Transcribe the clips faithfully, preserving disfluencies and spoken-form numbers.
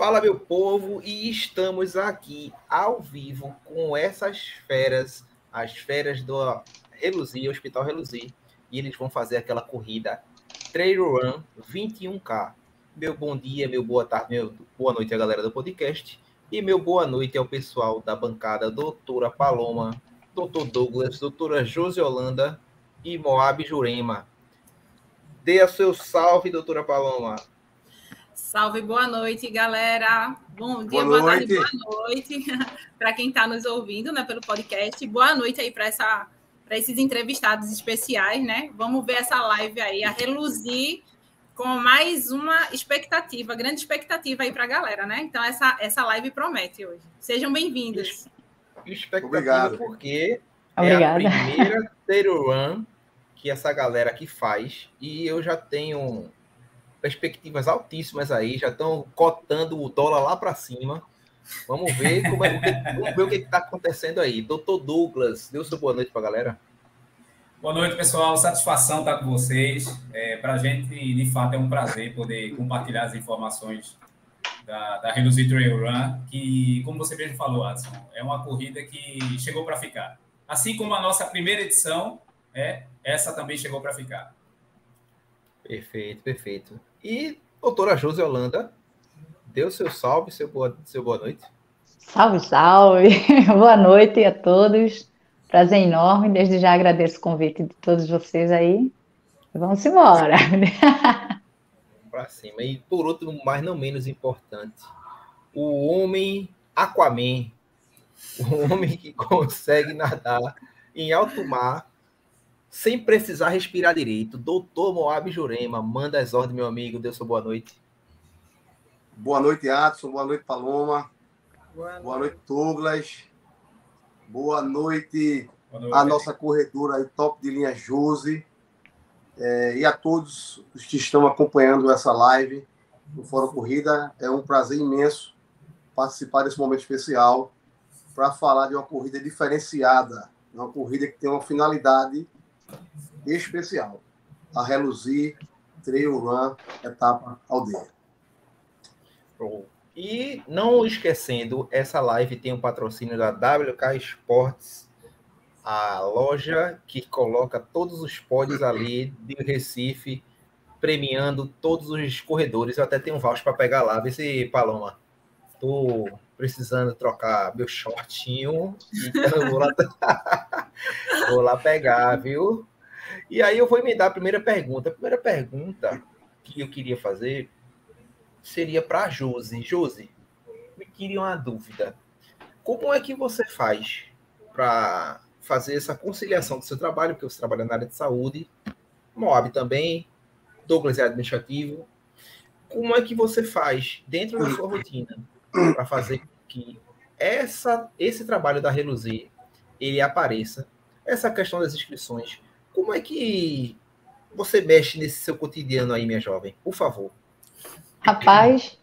Fala, meu povo, e estamos aqui ao vivo com essas feras, as feras do Reluzir, Hospital Reluzir, e eles vão fazer aquela corrida Trail Run vinte e um K. Meu bom dia, meu boa tarde, meu boa noite à galera do podcast, e meu boa noite ao pessoal da bancada doutora Paloma, doutor Douglas, doutora Josi Holanda e Moab Jurema. Dê a seu salve, doutora Paloma. Salve, boa noite, galera. Bom dia, boa, boa tarde, boa noite para quem está nos ouvindo, né, pelo podcast. Boa noite aí para essa, para esses entrevistados especiais, né? Vamos ver essa live aí, a reluzir com mais uma expectativa, grande expectativa aí para a galera, né? Então, essa, essa live promete hoje. Sejam bem-vindos. Expectativa Obrigado. porque Obrigada. É a primeira Trail Run que essa galera aqui faz e eu já tenho perspectivas altíssimas aí, já estão cotando o dólar lá para cima. Vamos ver como é, o que, vamos ver o que está acontecendo aí. doutor Douglas, dê o seu boa noite para a galera. Boa noite, pessoal. Satisfação estar com vocês. É, para a gente, de fato, é um prazer poder compartilhar as informações da, da Reluzir Trail Run, que, como você mesmo falou, Adson, é uma corrida que chegou para ficar. Assim como a nossa primeira edição, é, essa também chegou para ficar. Perfeito, perfeito. E doutora Josi Holanda, dê o seu salve, seu boa, seu boa noite. Salve, salve. Boa noite a todos. Prazer enorme. Desde já agradeço o convite de todos vocês aí. Vamos embora. Para cima. E por último, mas não menos importante, o homem Aquaman, o homem que consegue nadar em alto mar sem precisar respirar direito. doutor Moab Jurema, manda as ordens, meu amigo. Dê sua boa noite. Boa noite, Adson. Boa noite, Paloma. Boa noite, boa noite Douglas. Boa noite, boa noite a nossa corredora aí, top de linha Josi. É, e a todos os que estão acompanhando essa live no Fórum Corrida. É um prazer imenso participar desse momento especial para falar de uma corrida diferenciada, uma corrida que tem uma finalidade especial, a Reluzir Trail Run Etapa Aldeia. E não esquecendo, essa live tem um patrocínio da W K Sports, a loja que coloca todos os pódios ali de Recife, premiando todos os corredores. Eu até tenho um voucher para pegar lá, ver se, Paloma, tô precisando trocar meu shortinho, então eu vou lá, vou lá pegar, viu? E aí eu vou emendar a primeira pergunta. A primeira pergunta que eu queria fazer seria para a Josi. Josi, me tire uma dúvida. Como é que você faz para fazer essa conciliação do seu trabalho, porque você trabalha na área de saúde, Moab também, Douglas é administrativo. Como é que você faz dentro da sua rotina para fazer com que essa, esse trabalho da Reluzir ele apareça? Essa questão das inscrições, como é que você mexe nesse seu cotidiano aí, minha jovem? Por favor. Rapaz,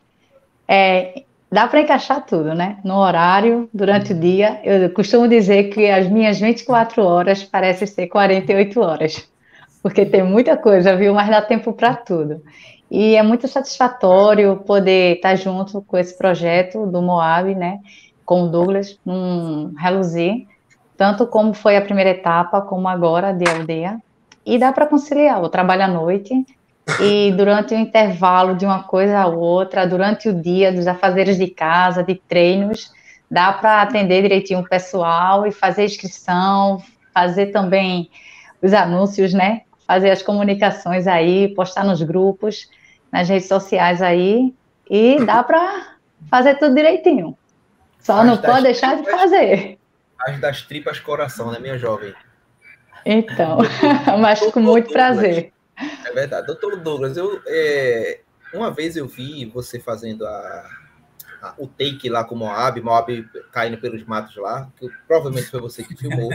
é, dá para encaixar tudo, né? No horário, durante o dia. Eu costumo dizer que as minhas vinte e quatro horas parecem ser quarenta e oito horas, porque tem muita coisa, viu? Mas dá tempo para tudo. E é muito satisfatório poder estar junto com esse projeto do Moab, né? Com o Douglas, num Reluzir, tanto como foi a primeira etapa, como agora de aldeia. E dá para conciliar o trabalho à noite e durante o intervalo de uma coisa a outra, durante o dia dos afazeres de casa, de treinos, dá para atender direitinho o pessoal e fazer inscrição, fazer também os anúncios, né? Fazer as comunicações aí, postar nos grupos, nas redes sociais aí, e dá para fazer tudo direitinho. Só não pode deixar de fazer. As das tripas coração, né, minha jovem? Então, mas com muito prazer. É verdade. Doutor Douglas, eu, é, uma vez eu vi você fazendo a, a, o take lá com o Moab, Moab caindo pelos matos lá, que provavelmente foi você que filmou.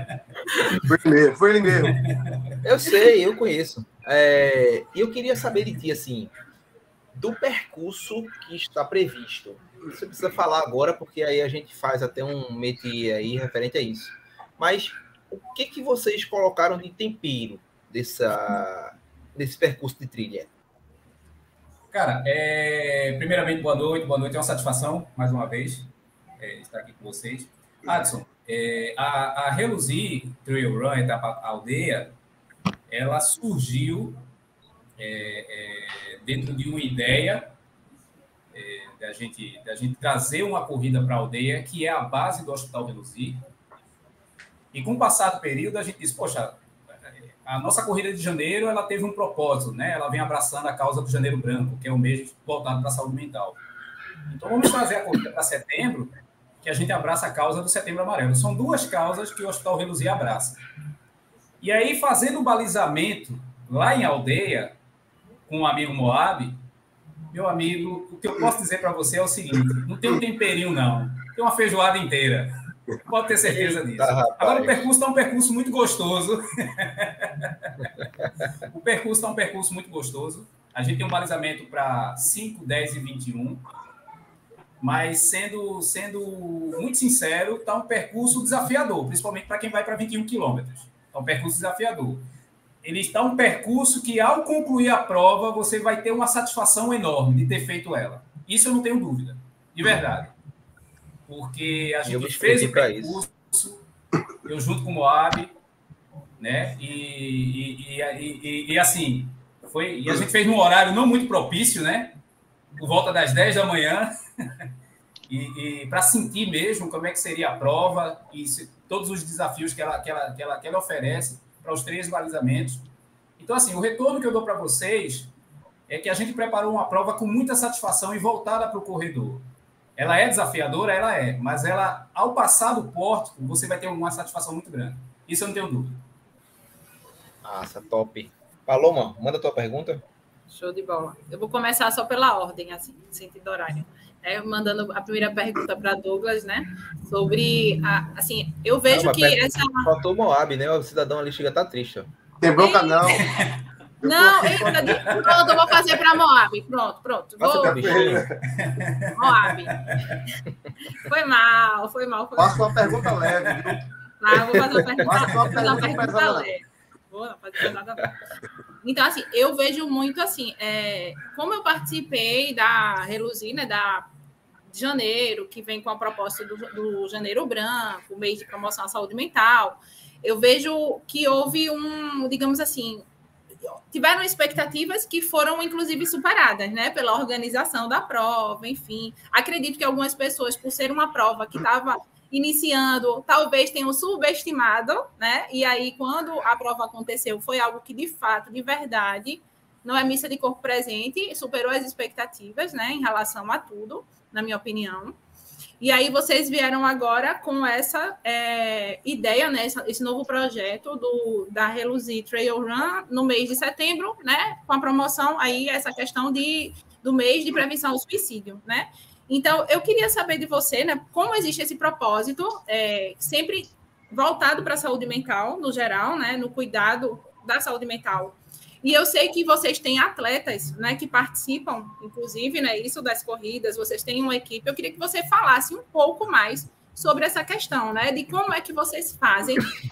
Foi ele mesmo, foi ele mesmo. Eu sei, eu conheço. É, eu queria saber de ti, assim, do percurso que está previsto. Você precisa falar agora, porque aí a gente faz até um métier aí referente a isso. Mas o que, que vocês colocaram de tempero dessa, desse percurso de trilha? Cara, é... primeiramente, boa noite, boa noite. É uma satisfação, mais uma vez, é, estar aqui com vocês. Adson, é, a, a Reluzir Trail Run, etapa aldeia, ela surgiu é, é, dentro de uma ideia é, da, gente, da gente trazer uma corrida para a aldeia, que é a base do Hospital Reluzir. E com o passar do período, a gente disse, poxa, a nossa corrida de janeiro, ela teve um propósito, né? Ela vem abraçando a causa do Janeiro Branco, que é o mês voltado para a saúde mental. Então, vamos trazer a corrida para setembro, que a gente abraça a causa do Setembro Amarelo. São duas causas que o Hospital Reluzir abraça. E aí, fazendo o balizamento lá em aldeia, com o amigo Moab, meu amigo, o que eu posso dizer para você é o seguinte, não tem um temperinho, não. Tem uma feijoada inteira. Pode ter certeza disso. Ah, agora, o percurso está um percurso muito gostoso. O percurso está um percurso muito gostoso. A gente tem um balizamento para cinco, dez e vinte e um. Mas, sendo, sendo muito sincero, está um percurso desafiador, principalmente para quem vai para vinte e um quilômetros. É um percurso desafiador. Ele está um percurso que, ao concluir a prova, você vai ter uma satisfação enorme de ter feito ela. Isso eu não tenho dúvida, de verdade. Porque a gente fez o percurso, isso. Eu junto com o Moab, né? E, e, e, e, e assim, foi, e a gente fez num horário não muito propício, né? Por volta das dez da manhã, e, e para sentir mesmo como é que seria a prova e se, todos os desafios que ela, que ela, que ela, que ela oferece para os três balizamentos. Então, assim, o retorno que eu dou para vocês é que a gente preparou uma prova com muita satisfação e voltada para o corredor. Ela é desafiadora? Ela é, mas ela, ao passar do pórtico, você vai ter uma satisfação muito grande. Isso eu não tenho dúvida. Nossa, top. Paloma, manda a tua pergunta. Show de bola. Eu vou começar só pela ordem, assim, no sentido horário. É, mandando a primeira pergunta para Douglas, né? Sobre, a, assim, eu vejo não, que pera, essa... Faltou o Moab, né? O cidadão ali chega a estar triste. Ó. Tem bronca, não. Não, eu, pronto, eu vou fazer para Moab. Pronto, pronto. Vou... Moab. Foi mal, foi mal. Foi Faça mal. uma pergunta leve, viu? Ah, eu vou fazer uma pergunta, Faça uma fazer uma pergunta, pergunta leve. Vou não fazer nada não. Então, assim, eu vejo muito assim, é, como eu participei da Reluzir, né, da de janeiro, que vem com a proposta do, do Janeiro Branco, o mês de promoção à saúde mental, eu vejo que houve um, digamos assim, tiveram expectativas que foram, inclusive, superadas, né, pela organização da prova, enfim. Acredito que algumas pessoas, por ser uma prova que estava iniciando, talvez tenham subestimado, né, e aí, quando a prova aconteceu, foi algo que, de fato, de verdade, não é missa de corpo presente, superou as expectativas, né, em relação a tudo, na minha opinião. E aí vocês vieram agora com essa é, ideia, né, esse novo projeto do, da Reluzir Trail Run no mês de setembro, né, com a promoção aí, essa questão de, do mês de prevenção ao suicídio, né? Então, eu queria saber de você, né, como existe esse propósito, é, sempre voltado para a saúde mental, no geral, né, no cuidado da saúde mental. E eu sei que vocês têm atletas, né, que participam, inclusive, né, isso das corridas, vocês têm uma equipe. Eu queria que você falasse um pouco mais sobre essa questão, né, de como é que vocês fazem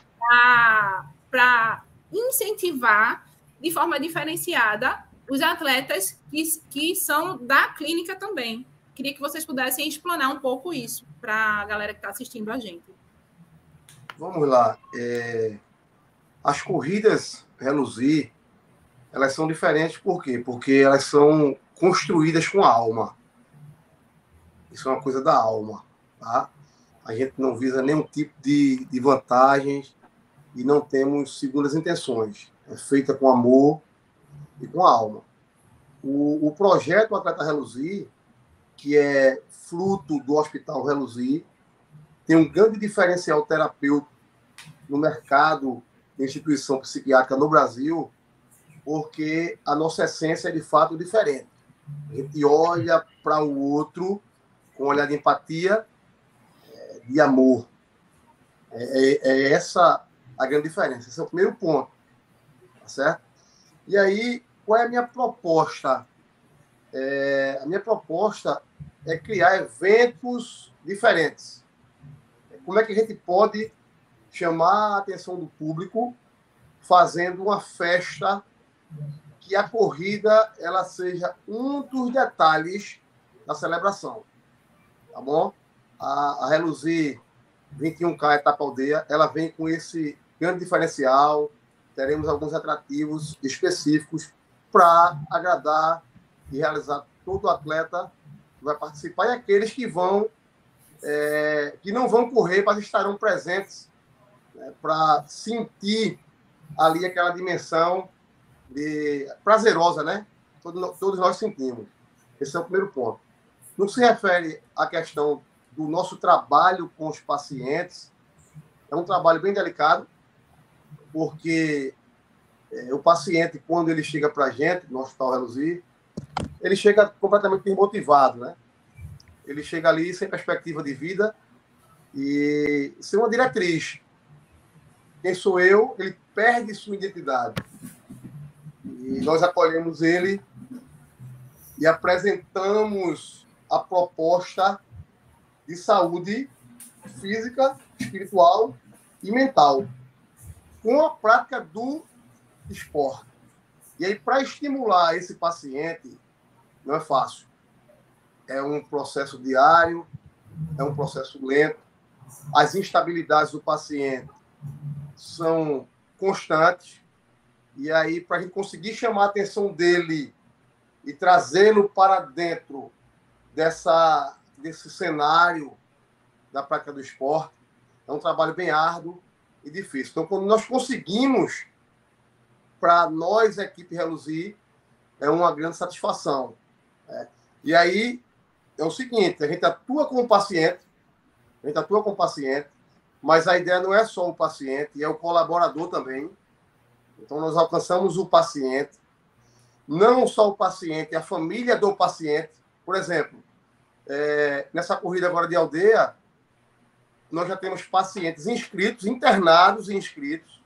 para incentivar de forma diferenciada os atletas que, que são da clínica também. Queria que vocês pudessem explanar um pouco isso para a galera que está assistindo a gente. Vamos lá. É... As corridas Reluzir, elas são diferentes, por quê? Porque elas são construídas com a alma. Isso é uma coisa da alma, tá? A gente não visa nenhum tipo de, de vantagens e não temos segundas intenções. É feita com amor e com a alma. O, o projeto Atleta Reluzir, que é fruto do Hospital Reluzir, tem um grande diferencial terapêutico no mercado de instituição psiquiátrica no Brasil, porque a nossa essência é, de fato, diferente. A gente olha para o outro com um olhar de empatia, de amor. É, é, é essa a grande diferença. Esse é o primeiro ponto. Tá certo? E aí, qual é a minha proposta? É, a minha proposta é criar eventos diferentes. Como é que a gente pode chamar a atenção do público fazendo uma festa que a corrida ela seja um dos detalhes da celebração, tá bom? A, a Reluzir vinte e um K Etapa Aldeia, ela vem com esse grande diferencial, teremos alguns atrativos específicos para agradar e realizar todo atleta que vai participar e aqueles que vão, é, que não vão correr, mas estarão presentes, né, para sentir ali aquela dimensão de, prazerosa, né? Todos, todos nós sentimos. Esse é o primeiro ponto. No que se refere à questão do nosso trabalho com os pacientes, é um trabalho bem delicado, porque é, o paciente, quando ele chega para a gente, no Hospital Reluzir, ele chega completamente desmotivado, né? Ele chega ali sem perspectiva de vida e sem uma diretriz. Quem sou eu? Ele perde sua identidade. E nós acolhemos ele e apresentamos a proposta de saúde física, espiritual e mental, com a prática do esporte. E aí, para estimular esse paciente, não é fácil. É um processo diário, é um processo lento. As instabilidades do paciente são constantes. E aí, para a gente conseguir chamar a atenção dele e trazê-lo para dentro dessa, desse cenário da prática do esporte, é um trabalho bem árduo e difícil. Então, quando nós conseguimos, para nós, a equipe Reluzir, é uma grande satisfação. É. E aí, é o seguinte, a gente atua com o paciente, a gente atua com o paciente, mas a ideia não é só o paciente, é o colaborador também. Então, nós alcançamos o paciente, não só o paciente, a família do paciente. Por exemplo, é, nessa corrida agora de aldeia, nós já temos pacientes inscritos, internados e inscritos,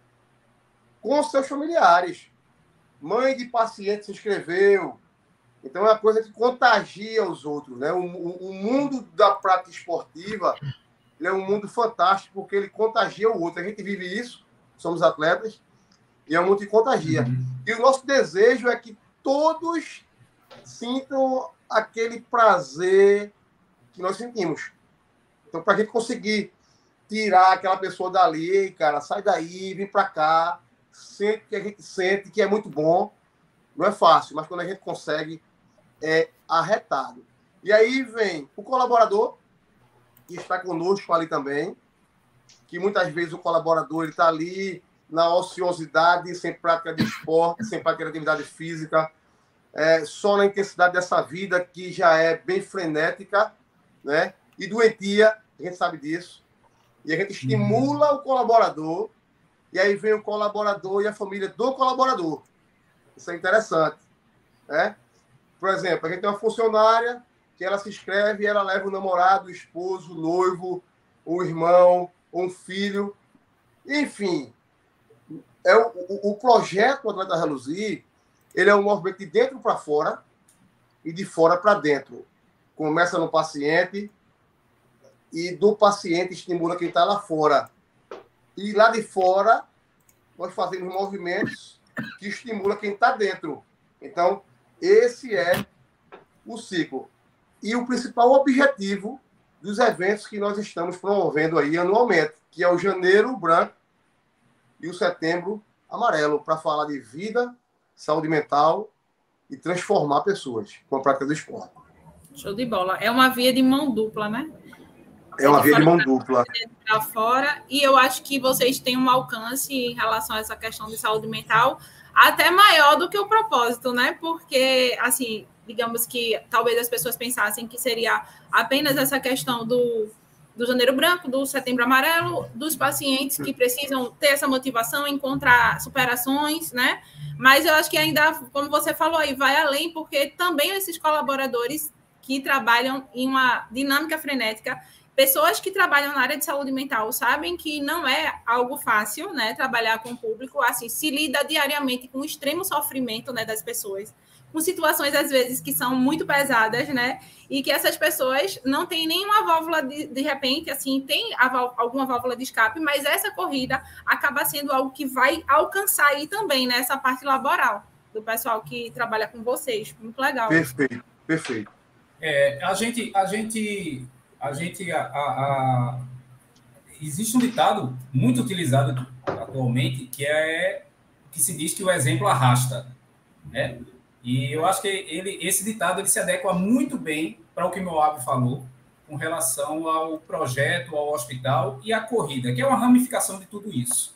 com seus familiares. Mãe de paciente se inscreveu. Então, é uma coisa que contagia os outros, né? O, o, o mundo da prática esportiva, ele é um mundo fantástico, porque ele contagia o outro. A gente vive isso, somos atletas, e é um mundo que contagia. Uhum. E o nosso desejo é que todos sintam aquele prazer que nós sentimos. Então, para a gente conseguir tirar aquela pessoa dali, cara, sai daí, vem para cá, sente que a gente sente, que é muito bom. Não é fácil, mas quando a gente consegue, é arretado. E aí vem o colaborador, que está conosco ali também, que muitas vezes o colaborador está ali na ociosidade, sem prática de esporte, sem prática de atividade física, é, só na intensidade dessa vida que já é bem frenética, né? E doentia, a gente sabe disso. E a gente estimula o colaborador, e aí vem o colaborador e a família do colaborador. Isso é interessante, né? Por exemplo, a gente tem uma funcionária que ela se inscreve e ela leva o namorado, o esposo, o noivo, o irmão, um filho, enfim. É o, o, o projeto Atleta Reluzir, ele é um movimento de dentro para fora e de fora para dentro. Começa no paciente e do paciente estimula quem está lá fora. E lá de fora, nós fazemos movimentos que estimulam quem está dentro. Então, esse é o ciclo. E o principal objetivo dos eventos que nós estamos promovendo aí anualmente, que é o Janeiro Branco e o Setembro Amarelo, para falar de vida, saúde mental e transformar pessoas com a prática do esporte. Show de bola. É uma via de mão dupla, né? É uma via de mão dupla. Para fora, e eu acho que vocês têm um alcance em relação a essa questão de saúde mental até maior do que o propósito, né? Porque, assim, digamos que talvez as pessoas pensassem que seria apenas essa questão do, do Janeiro Branco, do Setembro Amarelo, dos pacientes que precisam ter essa motivação, encontrar superações, né? Mas eu acho que ainda, como você falou aí, vai além, porque também esses colaboradores que trabalham em uma dinâmica frenética, pessoas que trabalham na área de saúde mental sabem que não é algo fácil, né, trabalhar com o público, assim, se lida diariamente com o extremo sofrimento, né, das pessoas, com situações, às vezes, que são muito pesadas, né, e que essas pessoas não têm nenhuma válvula, de, de repente, assim, tem a, alguma válvula de escape, mas essa corrida acaba sendo algo que vai alcançar aí também, né, essa parte laboral do pessoal que trabalha com vocês. Muito legal. Perfeito, perfeito. É, a gente, a gente, a gente, a, a, a... existe um ditado muito utilizado atualmente que é que se diz que o exemplo arrasta, né? E eu acho que ele, esse ditado ele se adequa muito bem para o que o Moab falou com relação ao projeto, ao hospital e à corrida, que é uma ramificação de tudo isso.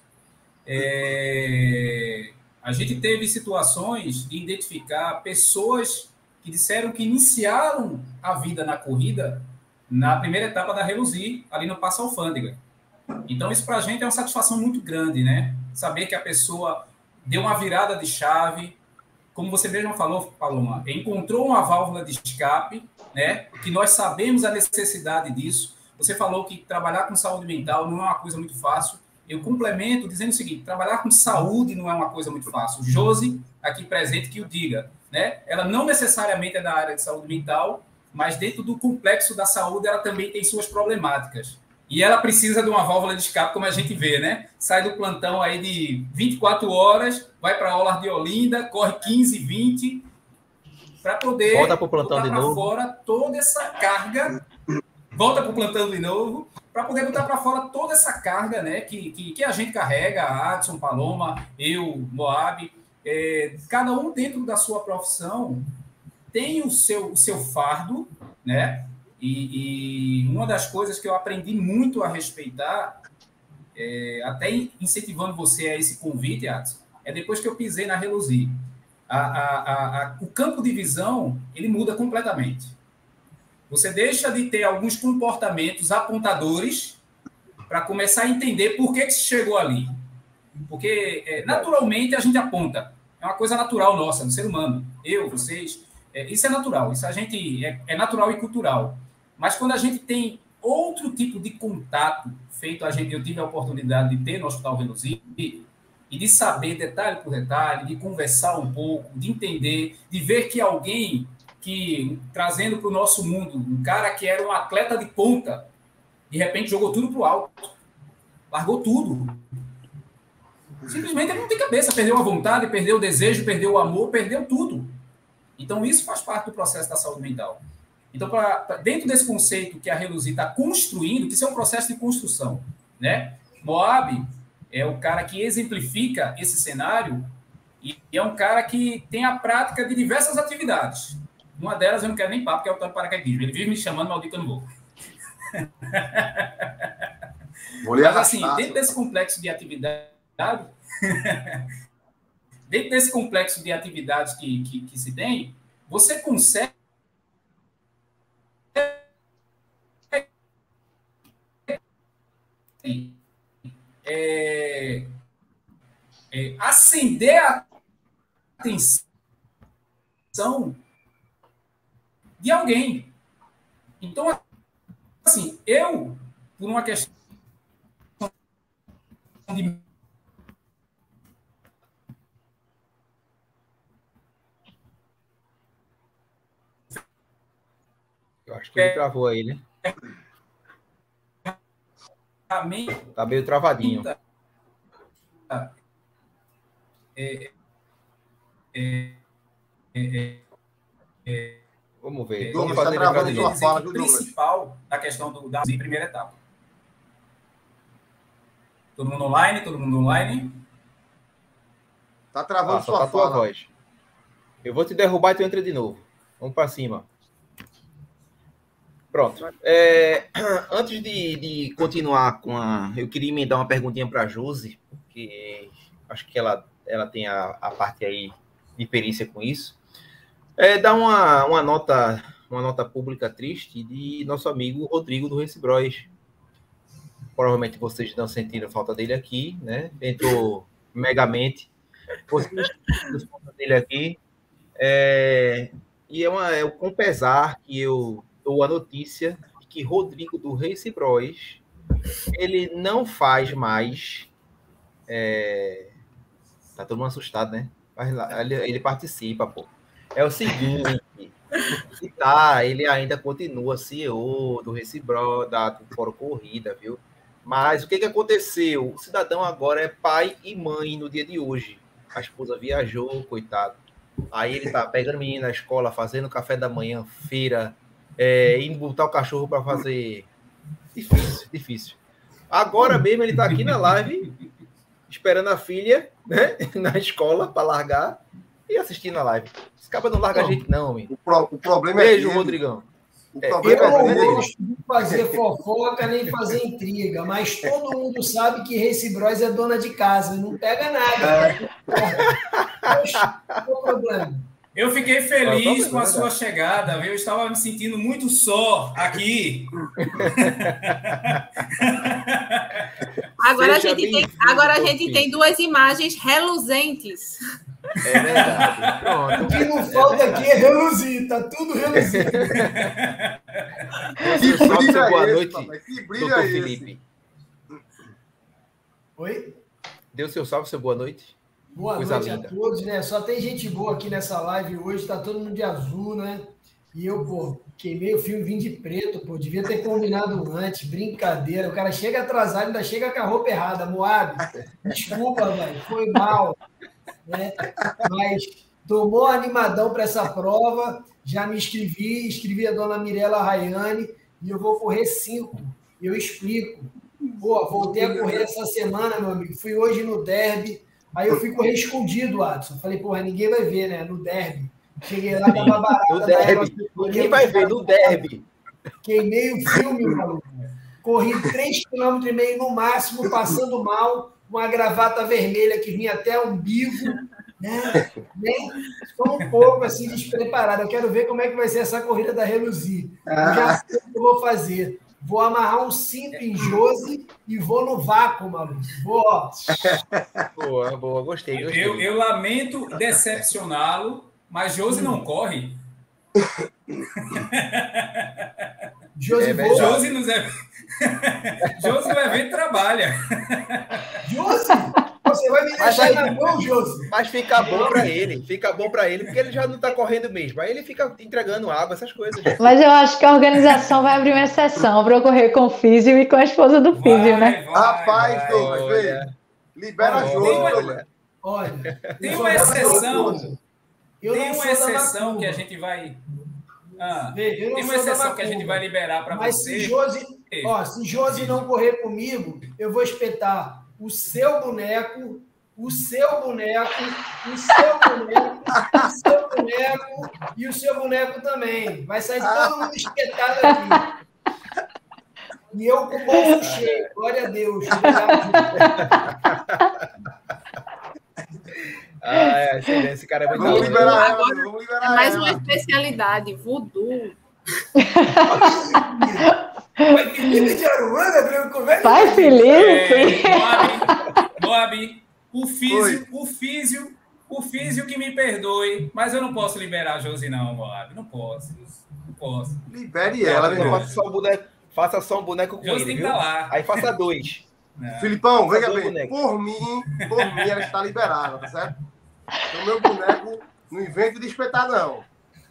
É, a gente teve situações de identificar pessoas que disseram que iniciaram a vida na corrida na primeira etapa da Reluzir, ali no Passo Alfândega. Então, isso para a gente é uma satisfação muito grande, né? Saber que a pessoa deu uma virada de chave, como você mesmo falou, Paloma, encontrou uma válvula de escape, né? Que nós sabemos a necessidade disso. Você falou que trabalhar com saúde mental não é uma coisa muito fácil. Eu complemento dizendo o seguinte, trabalhar com saúde não é uma coisa muito fácil. Josi, aqui presente, que o diga, né? Ela não necessariamente é da área de saúde mental, mas dentro do complexo da saúde ela também tem suas problemáticas. E ela precisa de uma válvula de escape, como a gente vê, né? Sai do plantão aí de vinte e quatro horas, vai para a aula de Olinda, corre quinze, vinte, para poder volta para o plantão de novo, fora toda essa carga, volta para o plantão de novo, para poder botar para fora toda essa carga, né? Que, que, que a gente carrega, a Adson, Paloma, eu, Moab, é, cada um dentro da sua profissão tem o seu, o seu fardo, né? E, e uma das coisas que eu aprendi muito a respeitar, é, até incentivando você a esse convite, Adson, é depois que eu pisei na Reluzir. A, a, a, a, o campo de visão, ele muda completamente. Você deixa de ter alguns comportamentos apontadores para começar a entender por que, que se chegou ali. Porque, é, naturalmente, a gente aponta. É uma coisa natural nossa, do ser humano. Eu, vocês... É, isso é natural. Isso a gente... É, é natural e cultural. Mas quando a gente tem outro tipo de contato feito, a gente, eu tive a oportunidade de ter no Hospital Reluzir, e de saber detalhe por detalhe, de conversar um pouco, de entender, de ver que alguém que, trazendo para o nosso mundo, um cara que era um atleta de ponta, de repente jogou tudo para o alto, largou tudo. Simplesmente ele não tem cabeça, perdeu a vontade, perdeu o desejo, perdeu o amor, perdeu tudo. Então isso faz parte do processo da saúde mental. Então, pra, pra, dentro desse conceito que a Reluzir está construindo, que isso é um processo de construção, né? Moab é o cara que exemplifica esse cenário e, e é um cara que tem a prática de diversas atividades. Uma delas eu não quero nem papo, que é o tal paraquedismo. Ele vive me chamando, maldito, eu não vou. vou lhe Mas, assim, arrastar, dentro desse complexo de atividade, dentro desse complexo de atividades que, que, que se tem, você consegue É, é, acender a atenção de alguém. Então, assim, eu, por uma questão de... Eu acho que ele travou aí, né? Tá meio travadinho. É, é, é, é, Vamos ver. Douglas, Vamos fazer tá travando de sua fala, viu, o principal da questão do, da primeira etapa. Todo mundo online? Todo mundo online? Tá travando ah, sua tá fala. Tua voz. Eu vou te derrubar e tu entra de novo. Vamos para cima. Pronto. É, antes de, de continuar com a... Eu queria emendar uma perguntinha para a Josi, porque acho que ela, ela tem a, a parte aí de perícia com isso. É, dá uma, uma, nota, uma nota pública triste de nosso amigo Rodrigo do Recibróis. Provavelmente vocês estão sentindo falta dele aqui, né? Entrou megamente. Vocês estão falta dele aqui. É, e é, uma, é com pesar que eu... ou a notícia de que Rodrigo do Recibróis, ele não faz mais... É... Tá todo mundo assustado, né? Mas lá, ele, ele participa, pô. É o seguinte, e tá, ele ainda continua C E O do Recibróis, da Fórum Corrida, viu? Mas o que, que aconteceu? O cidadão agora é pai e mãe no dia de hoje. A esposa viajou, coitado. Aí ele tá pegando menino na escola, fazendo café da manhã, feira, é, indo botar o cachorro para fazer. Difícil, difícil. Agora mesmo ele tá aqui na live, esperando a filha, né, na escola para largar e assistindo a live. Esse cara não larga a gente, não, meu. O, pro, o problema Beijo, é. Beijo, Rodrigão. O É, problema eu é não gosto de fazer fofoca nem fazer intriga, mas todo mundo sabe que Race Bros é dona de casa, não pega nada. É. Poxa, qual o problema? Eu fiquei feliz com a sua chegada, viu? Eu estava me sentindo muito só aqui. Agora, a gente, tem, agora a gente tem duas imagens reluzentes. É verdade. Pronto. O que não falta aqui é reluzir, tá tudo reluzindo. Que brilho boa é noite, esse, que brilho doutor é Felipe. Oi? Deu seu salve, seu boa noite. Boa Coisa noite linda. a todos, né? Só tem gente boa aqui nessa live hoje, tá todo mundo de azul, né? E eu, pô, queimei o filme, vim de preto, pô, devia ter combinado antes, brincadeira. O cara chega atrasado, ainda chega com a roupa errada. Moab, desculpa, velho, foi mal. Né? Mas tomou animadão para essa prova, já me inscrevi, inscrevi a dona Mirella Rayane e eu vou correr cinco. Eu explico. Pô, voltei a correr essa semana, meu amigo. Fui hoje no derby, aí eu fui correr escondido, Adson. Falei, porra, ninguém vai ver, né? No derby. Cheguei lá, tava barato. No derby. Ninguém vai ver no derby. Queimei o filme, maluco. Corri três quilômetros e meio no máximo, passando mal, uma gravata vermelha que vinha até o umbigo, né? Estou um pouco assim despreparado. Eu quero ver como é que vai ser essa corrida da Reluzir. Eu já sei o que eu vou fazer. Vou amarrar um cinto em Josi e vou no vácuo, maluco. Vou, ó. Boa, boa, gostei, gostei. Eu, eu lamento decepcioná-lo, mas Josi hum. não corre. Josi, é Josi nos eventos. Josi no evento trabalha. Josi? Você vai me deixar aí, na mão, Josi? Mas fica bom para ele, fica bom para ele, porque ele já não está correndo mesmo. Aí ele fica entregando água, essas coisas. Mas eu acho que a organização vai abrir uma exceção para eu correr com o Físio e com a esposa do Físio, né? Vai, Rapaz, Douglas, vem. Libera a Josi. Olha, olha, tem uma exceção. Tem uma exceção que a gente vai. Ah, tem uma exceção que a gente vai liberar para você. Mas se Josi, ó, se Josi não correr comigo, eu vou espetar o seu boneco, o seu boneco, o seu boneco, o seu boneco e o seu boneco também. Vai sair todo mundo espetado aqui. E eu com o bolso cheio. Glória a Deus. Ah, é, esse cara é muito vamos liberar ela, agora, vamos liberar é mais ela. uma especialidade, voodoo. Vai, Felipe de Aruana, Vai, Felipe! É, Moab, Moab, o físio, o físio, o físio que me perdoe, mas eu não posso liberar a Josi, não, Moab. Não posso. Não posso. Libere ela, meu irmão. Faça só um boneco, faça só um boneco com Josi ele, tem que viu? tá lá. Aí faça dois. Não. Filipão, veja Faça bem, boneco. por mim, por mim, ela está liberada, tá certo? Então, meu boneco não invente de espetar, não.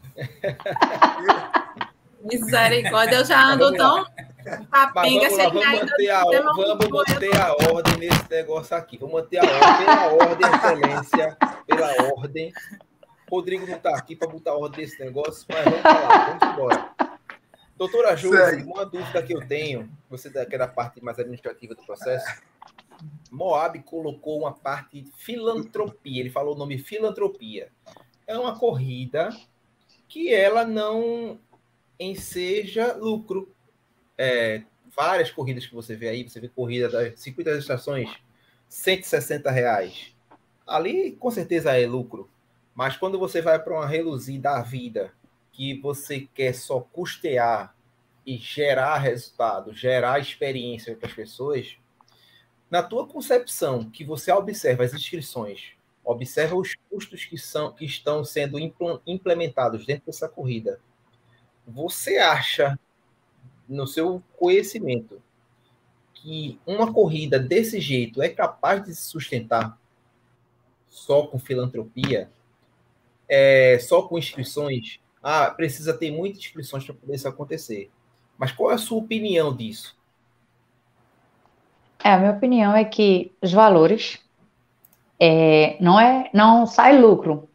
Misericórdia, eu já ando tão papenga. Mas vamos, lá, vamos, manter a, vamos manter a ordem nesse negócio aqui. Vamos manter a ordem, pela ordem, excelência, pela ordem. Rodrigo não está aqui para botar ordem nesse negócio, mas vamos falar, vamos embora. Doutora Josi, uma dúvida que eu tenho, você que é da parte mais administrativa do processo, Moab colocou uma parte de filantropia, ele falou o nome filantropia. É uma corrida que ela não enseja lucro. É, várias corridas que você vê aí, você vê corrida das cinquenta estações, cento e sessenta reais. Ali, com certeza, é lucro. Mas quando você vai para uma reluzir da vida, que você quer só custear e gerar resultado, gerar experiência para as pessoas, na tua concepção, que você observa as inscrições, observa os custos que, são, que estão sendo implementados dentro dessa corrida, você acha, no seu conhecimento, que uma corrida desse jeito é capaz de se sustentar só com filantropia, é, só com inscrições? Ah, precisa ter muitas inscrições para poder isso acontecer. Mas qual é a sua opinião disso? É, a minha opinião é que os valores é, não, é, não sai lucro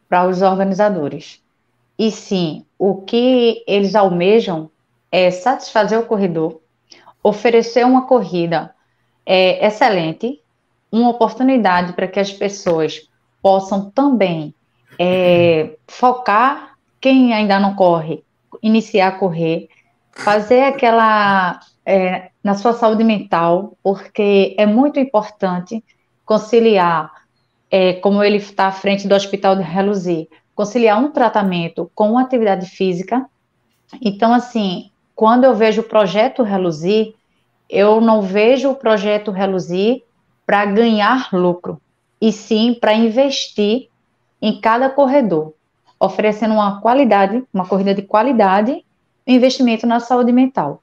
para os organizadores. E sim, o que eles almejam é satisfazer o corredor, oferecer uma corrida é, excelente, uma oportunidade para que as pessoas possam também é, focar, quem ainda não corre, iniciar a correr, fazer aquela, é, na sua saúde mental, porque é muito importante conciliar, é, como ele está à frente do Hospital de Reluzir, conciliar um tratamento com uma atividade física. Então, assim, quando eu vejo o projeto Reluzir, eu não vejo o projeto Reluzir para ganhar lucro, e sim para investir em cada corredor, oferecendo uma qualidade, uma corrida de qualidade e investimento na saúde mental.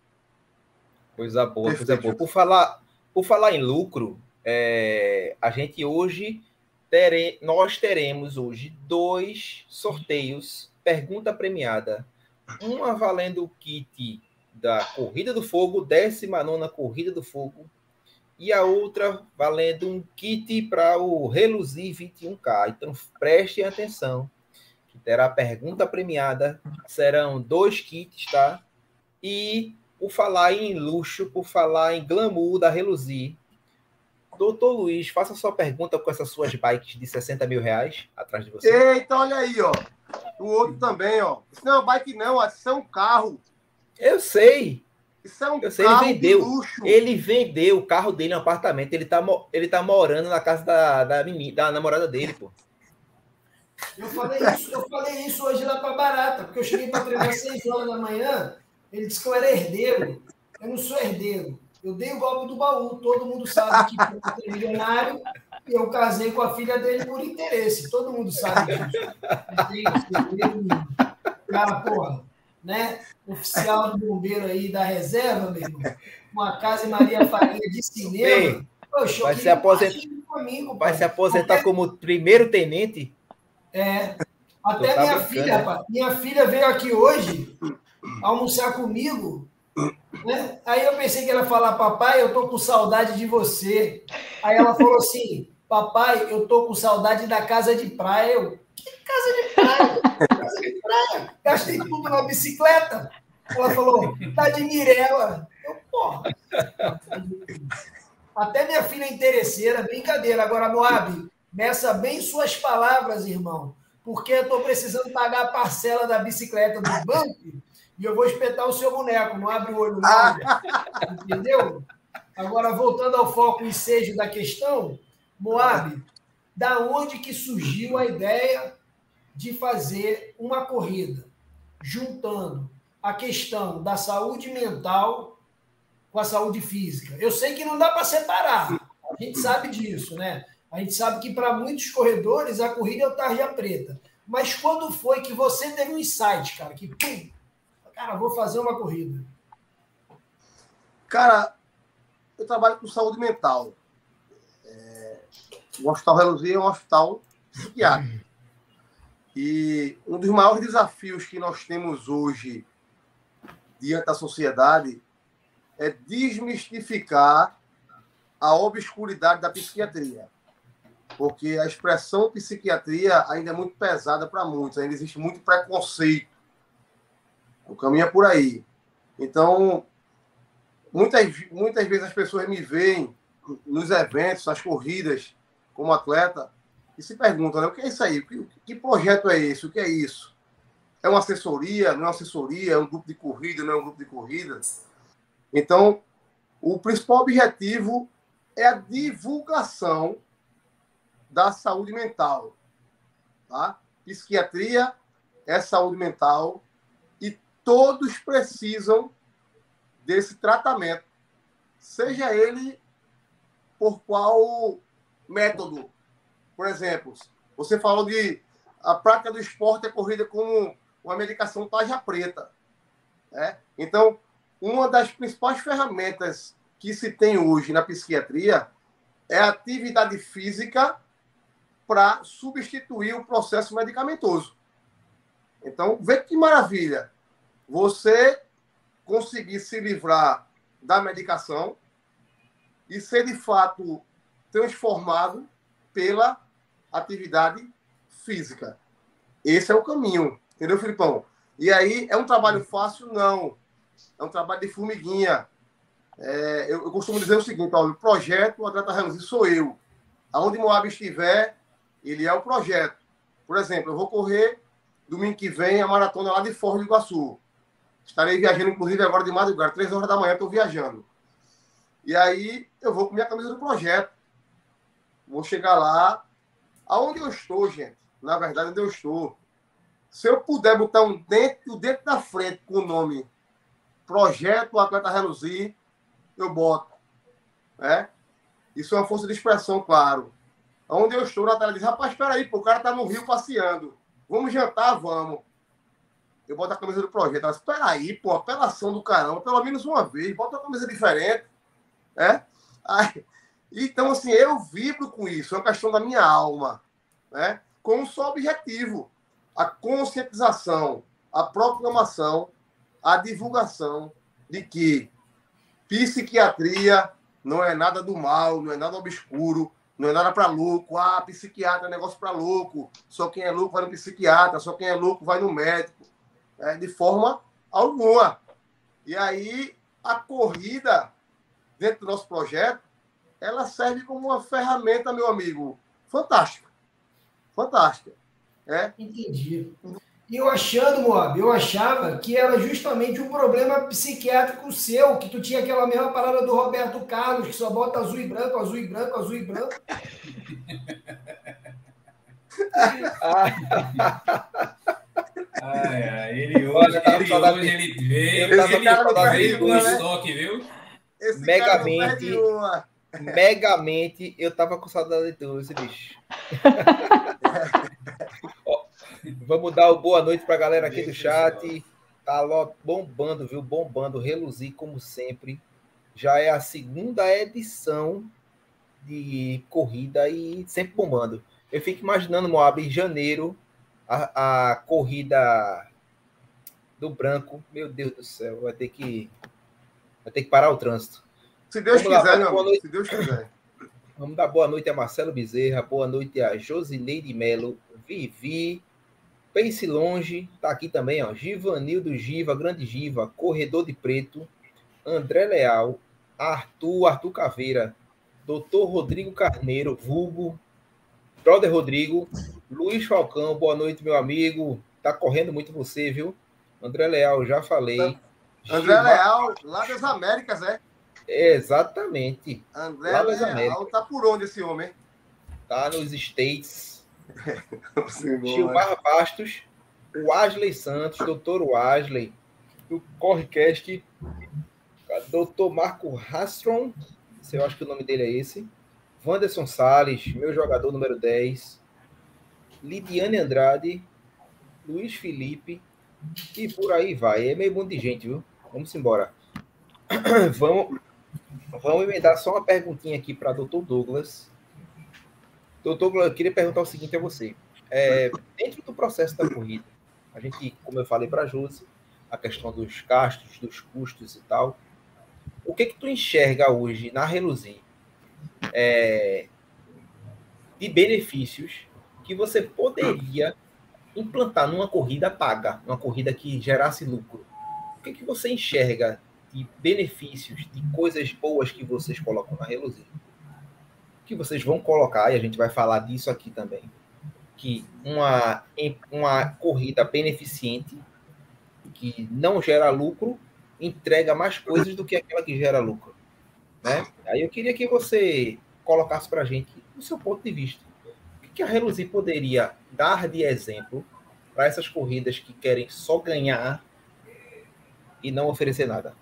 Coisa boa, coisa boa. Por falar, por falar em lucro, é, a gente hoje, tere, nós teremos hoje dois sorteios, pergunta premiada. Uma valendo o kit da Corrida do Fogo, décima nona Corrida do Fogo, e a outra valendo um kit para o Reluzir vinte e um K. Então, prestem atenção, que terá pergunta premiada, serão dois kits, tá? E, por falar em luxo, por falar em glamour da Reluzir, doutor Luiz, faça sua pergunta com essas suas bikes de sessenta mil reais atrás de você. Eita, olha aí, ó. O outro também, ó. Isso não é uma bike, não, isso é um carro. Eu sei. Isso é um Eu sei, carro ele vendeu. de luxo. Ele vendeu o carro dele no apartamento. Ele tá, ele tá morando na casa da, da, menina, da namorada dele, pô. Eu falei isso, eu falei isso hoje lá para Barata, porque eu cheguei para treinar às seis horas da manhã, ele disse que eu era herdeiro. Eu não sou herdeiro. Eu dei o golpe do baú. Todo mundo sabe que eu sou milionário e eu casei com a filha dele por interesse. Todo mundo sabe disso. Eu tenho herdeiro, cara, porra, né? Oficial do bombeiro aí da reserva, meu irmão. Uma casa em Maria Faria de cinema. Ei, Poxa, vai se aposentar, comigo, vai se aposentar até... como primeiro tenente? É. Até tá minha brincando. filha, rapaz. Minha filha veio aqui hoje almoçar comigo, né? Aí eu pensei que ela ia falar, papai, eu tô com saudade de você. Aí ela falou assim, papai, eu tô com saudade da casa de praia. Eu, que casa de praia? Casa de praia. Gastei tudo na bicicleta. Ela falou, tá de Mirella. Eu, porra. Até minha filha é interesseira, brincadeira. Agora, Moab, meça bem suas palavras, irmão, porque eu tô precisando pagar a parcela da bicicleta do banco e eu vou espetar o seu boneco. Não abre o olho, não. Entendeu? Agora, voltando ao foco e seja da questão, Moab, da onde que surgiu a ideia de fazer uma corrida, juntando a questão da saúde mental com a saúde física? Eu sei que não dá para separar, a gente sabe disso, né? A gente sabe que para muitos corredores a corrida é o tarja preta. Mas quando foi que você teve um insight, cara, que, pum, cara, vou fazer uma corrida? Cara, eu trabalho com saúde mental. É, o Hospital Reluzir é um hospital psiquiátrico. E um dos maiores desafios que nós temos hoje diante da sociedade é desmistificar a obscuridade da psiquiatria. Porque a expressão psiquiatria ainda é muito pesada para muitos, ainda existe muito preconceito. O caminho é por aí. Então, muitas, muitas vezes as pessoas me veem nos eventos, nas corridas, como atleta, e se perguntam, né, o que é isso aí? Que, que projeto é esse? O que é isso? É uma assessoria? Não é uma assessoria? É um grupo de corrida? Não é um grupo de corrida? Então, o principal objetivo é a divulgação da saúde mental. Tá? Psiquiatria é saúde mental e todos precisam desse tratamento, seja ele por qual método. Por exemplo, você falou de a prática do esporte é corrida como uma medicação tarja preta. Né? Então, uma das principais ferramentas que se tem hoje na psiquiatria é a atividade física para substituir o processo medicamentoso. Então, vê que maravilha você conseguir se livrar da medicação e ser, de fato, transformado pela atividade física. Esse é o caminho. Entendeu, Filipão? E aí, é um trabalho fácil? Não. É um trabalho de formiguinha. É, eu, eu costumo dizer o seguinte, ó, o projeto, o Atleta Reluzir sou eu. Aonde Moab estiver, ele é o projeto. Por exemplo, eu vou correr domingo que vem a maratona lá de Foz do Iguaçu. Estarei viajando, inclusive, agora de madrugada, três horas da manhã, estou viajando. E aí, eu vou com minha camisa do projeto. Vou chegar lá. Aonde eu estou, gente? Na verdade, onde eu estou. Se eu puder botar um dentro, dentro da frente com o nome Projeto Atleta Reluzir, eu boto. É? Isso é uma força de expressão, claro. Onde eu estou, a Natália diz, rapaz, espera aí, pô, o cara está no Rio passeando. Vamos jantar, vamos. Eu boto a camisa do projeto. Ela diz, espera aí, pô, apelação do caramba, pelo menos uma vez, bota uma camisa diferente. É? Aí, então, assim, eu vibro com isso, é uma questão da minha alma, né? Com um só objetivo, a conscientização, a proclamação, a divulgação de que psiquiatria não é nada do mal, não é nada obscuro, não é nada para louco. Ah, psiquiatra é negócio para louco, só quem é louco vai no psiquiatra, só quem é louco vai no médico, é, de forma alguma. E aí, a corrida dentro do nosso projeto, ela serve como uma ferramenta, meu amigo, fantástica. Fantástica. É? Entendi. E eu achando, Moab, eu achava que era justamente um problema psiquiátrico seu, que tu tinha aquela mesma parada do Roberto Carlos, que só bota azul e branco, azul e branco, azul e branco. Ai, ai, ele hoje, ele, hoje ele veio, ele, ele tava veio com estoque, viu? Esse Megamente, megamente, eu tava com saudade de tu, esse bicho. Ó, vamos dar uma boa noite pra galera aqui do chat. Tá bombando, viu? Bombando, Reluzir como sempre. Já é a segunda edição de corrida e sempre bombando. Eu fico imaginando, Moab, em janeiro, a, a corrida do branco. Meu Deus do céu, vai ter que vai ter que parar o trânsito. Se Deus Vamos quiser, lá, meu boa amigo, noite. se Deus quiser. Vamos dar boa noite a Marcelo Bezerra, boa noite a Josileide Melo, Vivi, Pense Longe, tá aqui também, ó, Givanildo Giva, Grande Giva, Corredor de Preto, André Leal, Arthur, Arthur Caveira, doutor Rodrigo Carneiro, vulgo, Brother Rodrigo, Luiz Falcão, boa noite, meu amigo, tá correndo muito você, viu? André Leal, já falei. André Gilmar... Leal, lá das Américas, é? Exatamente. André lá das Leal, tá por onde esse homem? Tá nos States. Gilmar Bastos, o Asley Santos, doutor Asley, do Correcast, doutor Marco Rastron, eu acho que o nome dele é esse, Wanderson Salles, meu jogador número dez, Lidiane Andrade, Luiz Felipe, e por aí vai. É meio mundo de gente, viu? Vamos embora. Vamos, vamos emendar só uma perguntinha aqui para doutor Douglas. Doutor, eu queria perguntar o seguinte a você. É, dentro do processo da corrida, a gente, como eu falei para a Josi, a questão dos gastos, dos custos e tal, o que que tu enxerga hoje na Reluzir é, de benefícios que você poderia implantar numa corrida paga, numa corrida que gerasse lucro? O que que você enxerga de benefícios, de coisas boas que vocês colocam na Reluzir? Que vocês vão colocar, e a gente vai falar disso aqui também, que uma, uma corrida beneficente, que não gera lucro, entrega mais coisas do que aquela que gera lucro, né? Aí eu queria que você colocasse para a gente, do seu ponto de vista, o que a Reluzir poderia dar de exemplo para essas corridas que querem só ganhar e não oferecer nada?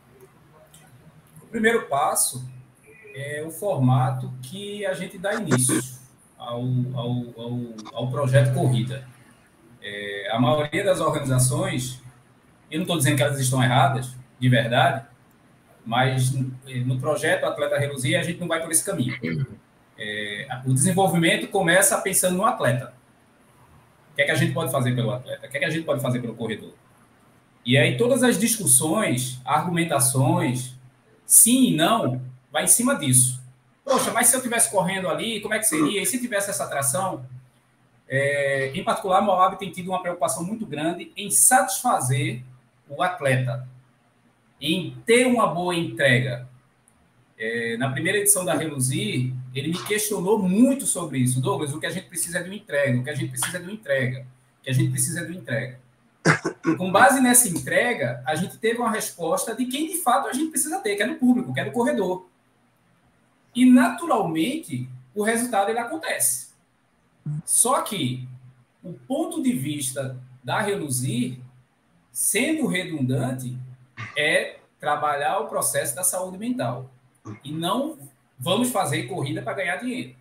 O primeiro passo é o formato que a gente dá início ao, ao, ao, ao projeto Corrida. É, a maioria das organizações, eu não estou dizendo que elas estão erradas, de verdade, mas no projeto Atleta Reluzir a gente não vai por esse caminho. É, o desenvolvimento começa pensando no atleta. O que é que a gente pode fazer pelo atleta? O que é que a gente pode fazer pelo corredor? E aí todas as discussões, argumentações, sim e não, vai em cima disso. Poxa, mas se eu estivesse correndo ali, como é que seria? E se tivesse essa atração? É, em particular, a Moab tem tido uma preocupação muito grande em satisfazer o atleta, em ter uma boa entrega. É, na primeira edição da Reluzir, ele me questionou muito sobre isso. Douglas, o que a gente precisa é de uma entrega, o que a gente precisa é de uma entrega, o que a gente precisa é de uma entrega. Com base nessa entrega, a gente teve uma resposta de quem, de fato, a gente precisa ter, que é do público, que é do corredor. E, naturalmente, o resultado ele acontece. Só que o ponto de vista da Reluzir, sendo redundante, é trabalhar o processo da saúde mental. E não vamos fazer corrida para ganhar dinheiro.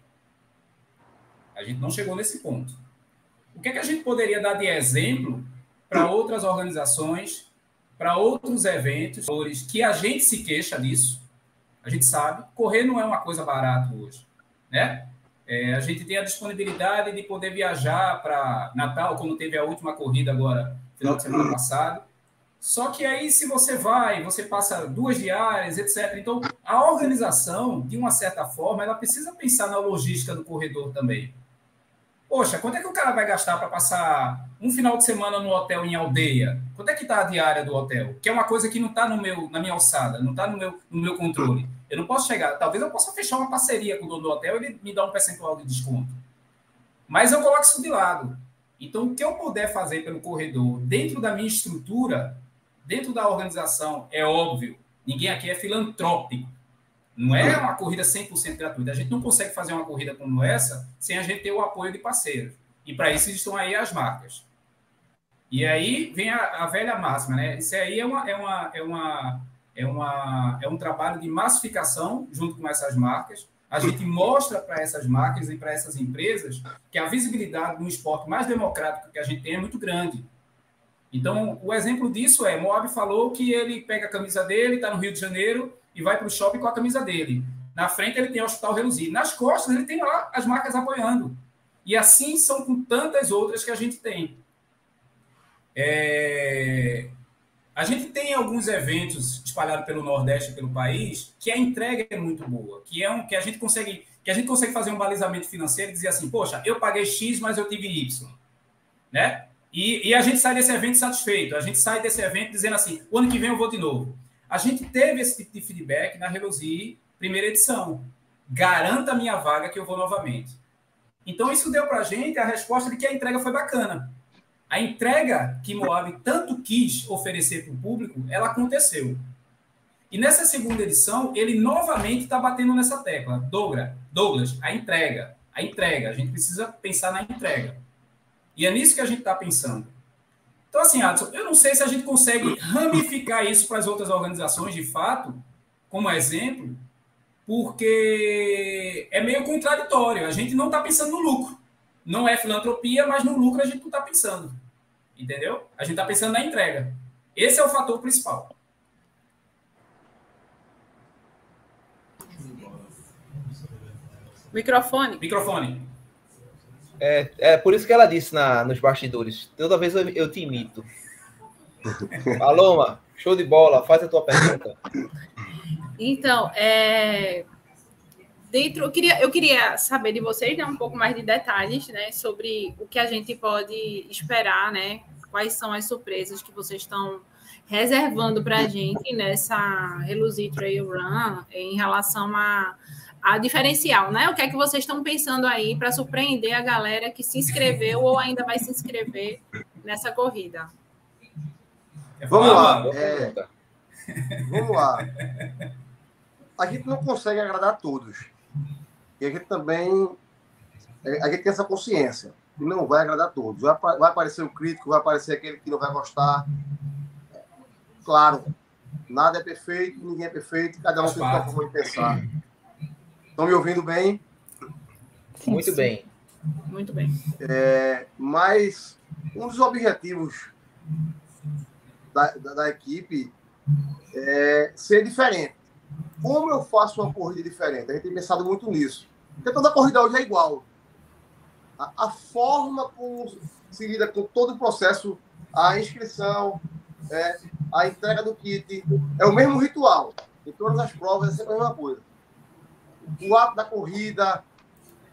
A gente não chegou nesse ponto. O que é que a gente poderia dar de exemplo para outras organizações, para outros eventos, que a gente se queixa disso? A gente sabe, correr não é uma coisa barata hoje, né? É, a gente tem a disponibilidade de poder viajar para Natal, como teve a última corrida agora, final de semana passado. Só que aí, se você vai, você passa duas diárias, etcétera. Então, a organização, de uma certa forma, ela precisa pensar na logística do corredor também. Poxa, quanto é que o cara vai gastar para passar um final de semana no hotel em Aldeia? Quanto é que está a diária do hotel? Que é uma coisa que não está no meu, na minha alçada, não está no meu, no meu controle. Eu não posso chegar... Talvez eu possa fechar uma parceria com o dono do hotel e ele me dá um percentual de desconto. Mas eu coloco isso de lado. Então, o que eu puder fazer pelo corredor, dentro da minha estrutura, dentro da organização, é óbvio. Ninguém aqui é filantrópico. Não é uma corrida cem por cento gratuita. A gente não consegue fazer uma corrida como essa sem a gente ter o apoio de parceiros. E para isso estão aí as marcas. E aí vem a, a velha máxima, né? Isso aí é, uma, é, uma, é, uma, é, uma, é um trabalho de massificação junto com essas marcas. A gente mostra para essas marcas e para essas empresas que a visibilidade no esporte mais democrático que a gente tem é muito grande. Então, o exemplo disso é, Moab falou que ele pega a camisa dele, está no Rio de Janeiro, e vai para o shopping com a camisa dele. Na frente ele tem o Hospital Reluzir. Nas costas ele tem lá as marcas apoiando. E assim são com tantas outras que a gente tem. É... A gente tem alguns eventos espalhados pelo Nordeste e pelo país que a entrega é muito boa, que é um que a gente consegue, que a gente consegue fazer um balizamento financeiro e dizer assim, poxa, eu paguei X, mas eu tive Y. Né? E, e a gente sai desse evento satisfeito. A gente sai desse evento dizendo assim, o ano que vem eu vou de novo. A gente teve esse tipo de feedback na Reluzir, primeira edição. Garanta a minha vaga que eu vou novamente. Então, isso deu para a gente a resposta de que a entrega foi bacana. A entrega que Moab tanto quis oferecer para o público, ela aconteceu. E nessa segunda edição, ele novamente está batendo nessa tecla. Douglas, Douglas, a entrega. A entrega. A gente precisa pensar na entrega. E é nisso que a gente está pensando. Então, assim, Adson, eu não sei se a gente consegue ramificar isso para as outras organizações, de fato, como exemplo, porque é meio contraditório. A gente não está pensando no lucro. Não é filantropia, mas no lucro a gente não está pensando. Entendeu? A gente está pensando na entrega. Esse é o fator principal. Microfone. Microfone. É, é por isso que ela disse na, nos bastidores. Toda vez eu, eu te imito. Paloma, show de bola. Faz a tua pergunta. Então, é, dentro, eu, queria, eu queria saber de vocês, né, um pouco mais de detalhes, né, sobre o que a gente pode esperar, né? Quais são as surpresas que vocês estão reservando para a gente nessa Reluzir Trail Run em relação a a diferencial, né? O que é que vocês estão pensando aí para surpreender a galera que se inscreveu ou ainda vai se inscrever nessa corrida? Vamos lá. É... Vamos lá. A gente não consegue agradar a todos. E a gente também a gente tem essa consciência. E não vai agradar a todos. Vai, vai aparecer o crítico, vai aparecer aquele que não vai gostar. Claro, nada é perfeito, ninguém é perfeito, cada um tem sua forma de pensar. Estão me ouvindo bem? Sim, Muito sim. bem. Muito bem. É, mas um dos objetivos da, da, da equipe é ser diferente. Como eu faço uma corrida diferente? A gente tem pensado muito nisso. Porque toda corrida hoje é igual. A, a forma como se lida com todo o processo, a inscrição, é, a entrega do kit, é o mesmo ritual. Em todas as provas é sempre a mesma coisa. O ato da corrida,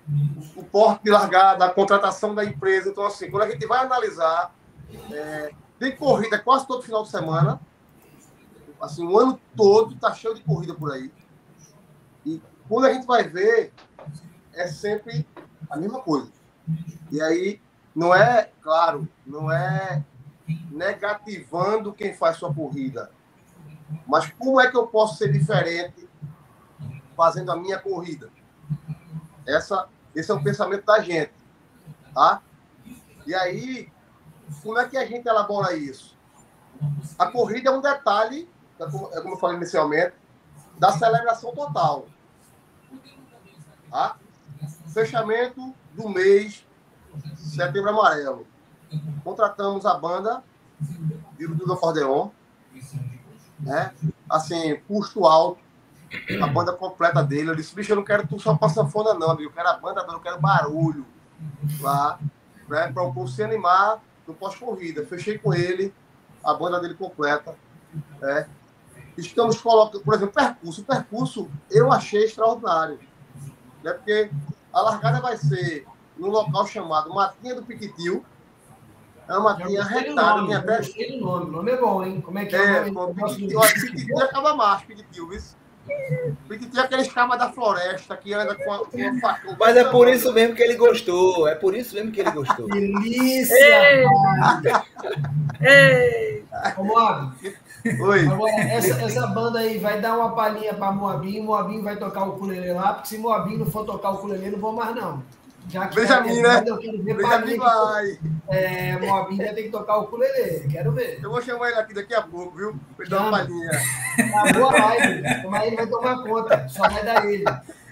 o porte de largada, a contratação da empresa. Então, assim, quando a gente vai analisar, é, tem corrida quase todo final de semana, assim, o ano todo está cheio de corrida por aí. E quando a gente vai ver, é sempre a mesma coisa. E aí, não é, claro, não é negativando quem faz sua corrida, mas como é que eu posso ser diferente fazendo a minha corrida? Essa, esse é o pensamento da gente, tá? E aí, como é que a gente elabora isso? A corrida é um detalhe, é como eu falei inicialmente, da celebração total. Tá? Fechamento do mês Setembro Amarelo. Contratamos a banda Viro do Acordeon, né? Assim, custo alto, a banda completa dele. Eu disse, bicho, eu não quero tu só pra sanfona, não, amigo. Eu quero a banda, eu quero barulho lá, né? Para o povo se animar no pós-corrida. Fechei com ele, a banda dele completa, né? Estamos colocando, por exemplo, percurso. O percurso eu achei extraordinário, né? Porque a largada vai ser num local chamado Matinha do Piquitil. É uma matinha retada. Eu até... gostei do nome. O nome é bom, hein? Como é que é, é o nome? Pô, Piquitil, Piquitil acaba mais, Piquitil, viu? Piquitil é aqueles cabas da floresta que anda com a, com a facão. Mas é por isso mesmo que ele gostou. É por isso mesmo que ele gostou. Delícia! Ei! Ô, Moab, Oi. agora, essa, essa banda aí vai dar uma palhinha para Moabinho, Moabinho vai tocar o ukulele lá, porque se Moabinho não for tocar o ukulele, não vou mais não. Já que Benjamin, né? Eu quero ver Benjamin vai. É, Moabinho vai ter que tocar o ukulele, quero ver. Eu vou chamar ele aqui daqui a pouco, viu? Pra ele dar uma palhinha. Tá boa live, mas ele vai tomar conta, só vai dar ele.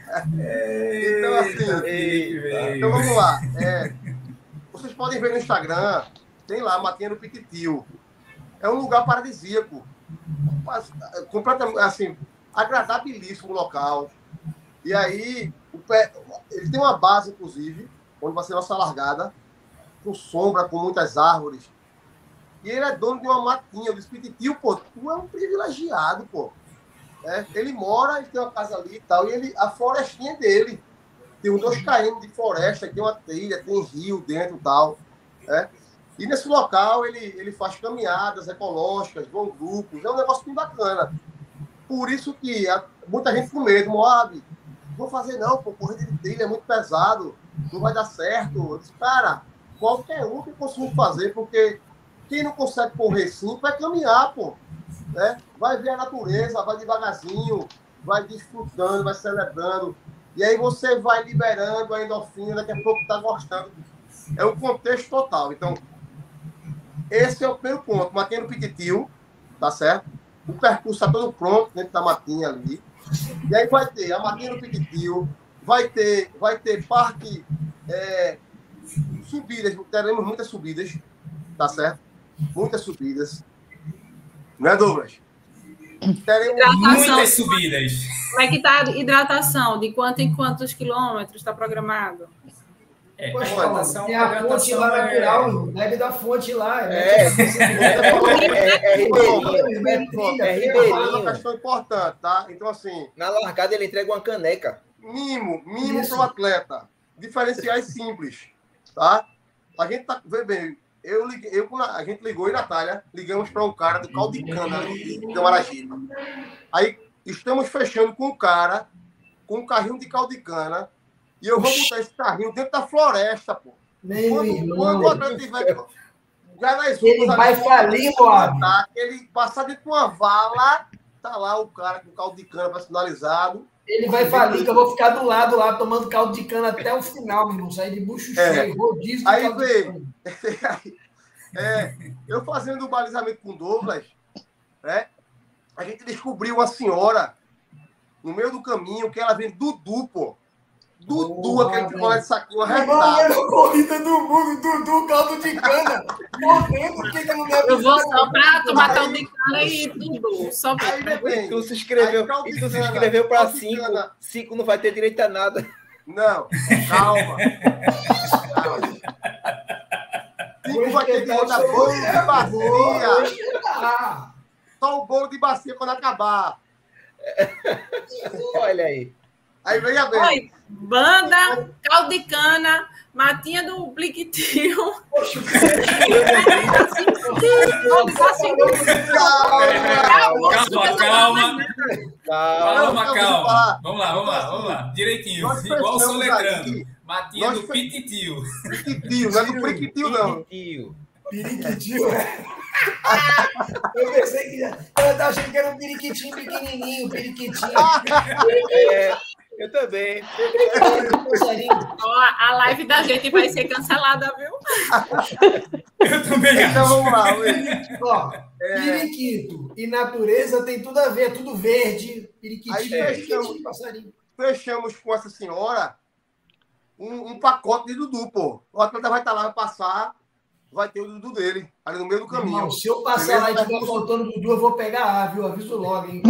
Então, assim, eita, então vamos lá. É, vocês podem ver no Instagram, tem lá, Matinha no Piquitil. É um lugar paradisíaco. Completamente, assim, agradabilíssimo local. E aí, o pé, ele tem uma base, inclusive, onde vai ser a nossa largada, com sombra, com muitas árvores. E ele é dono de uma matinha. Eu disse, Piquitil, pô, tu é um privilegiado, pô. É, ele mora, ele tem uma casa ali e tal, e ele, a florestinha dele. Tem uns dois quilômetros de floresta, tem uma trilha, tem rio dentro e tal. É. E nesse local ele, ele faz caminhadas ecológicas, vão grupos, é um negócio bem bacana. Por isso que a, muita gente com medo, Moab, não vou fazer não, pô, corrida de trilha é muito pesado, não vai dar certo. Eu disse, cara, qualquer um que consiga fazer, porque quem não consegue correr cinco vai caminhar, pô. Né? Vai ver a natureza, vai devagarzinho, vai desfrutando, vai celebrando. E aí você vai liberando a endorfina, daqui a pouco está gostando. É o contexto total. Então, esse é o primeiro ponto. Matinha no Piquitil, tá certo? O percurso está todo pronto dentro da matinha ali. E aí vai ter a Matinha no Piquitil, vai ter, vai ter parque, é, subidas, teremos muitas subidas, tá certo? Muitas subidas. Não é, Douglas? Teremos muitas subidas. Como é que está a hidratação? De quanto em quantos quilômetros está programado? É, Poxa, a hidratação, tem a, a fonte lá é... natural, bebe da fonte lá. É, é, é ribeirinho. É ribeirinho. É uma questão importante, tá? Então, assim... Na largada ele entrega uma caneca. Mimo, mimo para o atleta. Diferenciais simples, tá? A gente tá... Vê bem, eu liguei, eu, a gente ligou em Natália, ligamos para um cara do caldo de cana de Camaragibe. Aí, estamos fechando com um cara, com um carrinho de caldo de cana, e eu vou botar esse carrinho dentro da floresta, pô. Quando, quando o atleta tiver... Já nas ele vai falir, Moab. Ele passar dentro de uma vala, tá lá o cara com caldo de cana personalizado. Ele vai falir, que eu vou ficar do lado lá, tomando caldo de cana até o final, meu irmão. Sair de bucho cheio, é. rodízio de aí caldo veio, é, eu fazendo o balizamento com Douglas, né, a gente descobriu uma senhora no meio do caminho que ela vem Dudu, pô. Dudu, oh, aquele picolé de saquinho arretado. A melhor corrida do mundo, Dudu, caldo de cana. Morrendo, por que que não deve... Eu vou só pra tomar caldo de cana e Dudu. Só pra... E tu se inscreveu, aí, e tu se inscreveu para cinco. Cinco não vai ter direito a nada. Não, calma. calma. Cinco vai ter direito a bolo de bacia. Só o bolo de bacia quando acabar. Olha aí. Aí veja bem. Oi. Banda, caldo de cana, matinha do Pliquitinho. Poxa, calma, calma. Calma, calma. Vamos lá, vamos lá, vamos lá. Direitinho, igual o soletrando. Matinha do Pititio. Pititio, não é do Priquitio, não. Periquitinho, é. Eu pensei que. Eu tava achando que era um periquitinho pequenininho, periquitinho. É, eu também. Ó, a live da gente vai ser cancelada, viu? Eu também acho. Então vamos lá, Luiz. Ó, é... periquito e natureza tem tudo a ver, é tudo verde. Periquitinho, Aí periquitinho, fechamos, passarinho. Fechamos com essa senhora um, um pacote de Dudu, pô. O atleta vai estar lá, vai passar, vai ter o Dudu dele, ali no meio do caminho. Irmão, se eu passar lá e estiver faltando Dudu, eu vou pegar A, viu? Aviso logo, hein?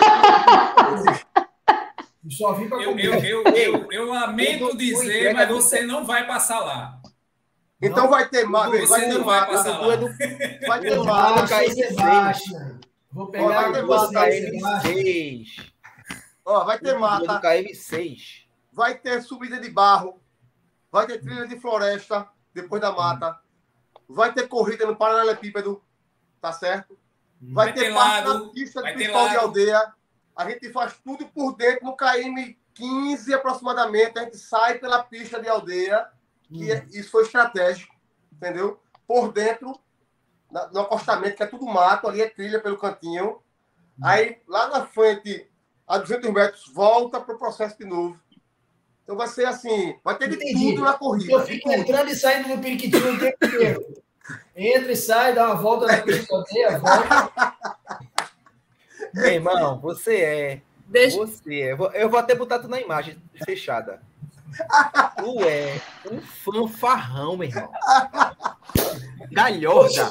Eu só vim para eu, comer. eu, eu, eu, eu lamento dizer, mas você não vai passar lá. Então não, vai ter mata, vai você ter não vai mata. passar lá. Vai ter Eu mata. baixo, você baixa. Vou pegar Vai ter você, mata, você baixa. seis. Ó, vai ter Do mata, K M seis. vai ter subida de barro, vai ter trilha de floresta depois da mata, vai ter corrida no paralelepípedo, tá certo? Vai, Vai ter ter parte lago, na pista vai de ter principal de lago. aldeia. A gente faz tudo por dentro no K M quinze aproximadamente. A gente sai pela pista de aldeia, que é- isso foi estratégico, entendeu? Por dentro, na- no acostamento, que é tudo mato, ali é trilha pelo cantinho. Aí, lá na frente, a duzentos metros, volta para o processo de novo. Então vai ser assim, vai ter de Entendi. tudo na corrida. Eu fico entrando e saindo do periquitinho o tempo inteiro. Entra e sai, dá uma volta na pista de aldeia, volta. Meu irmão, você é. Deixa... Você é. Eu vou- Eu vou até botar tu na imagem fechada. Tu é um fanfarrão, meu irmão. Galhorda.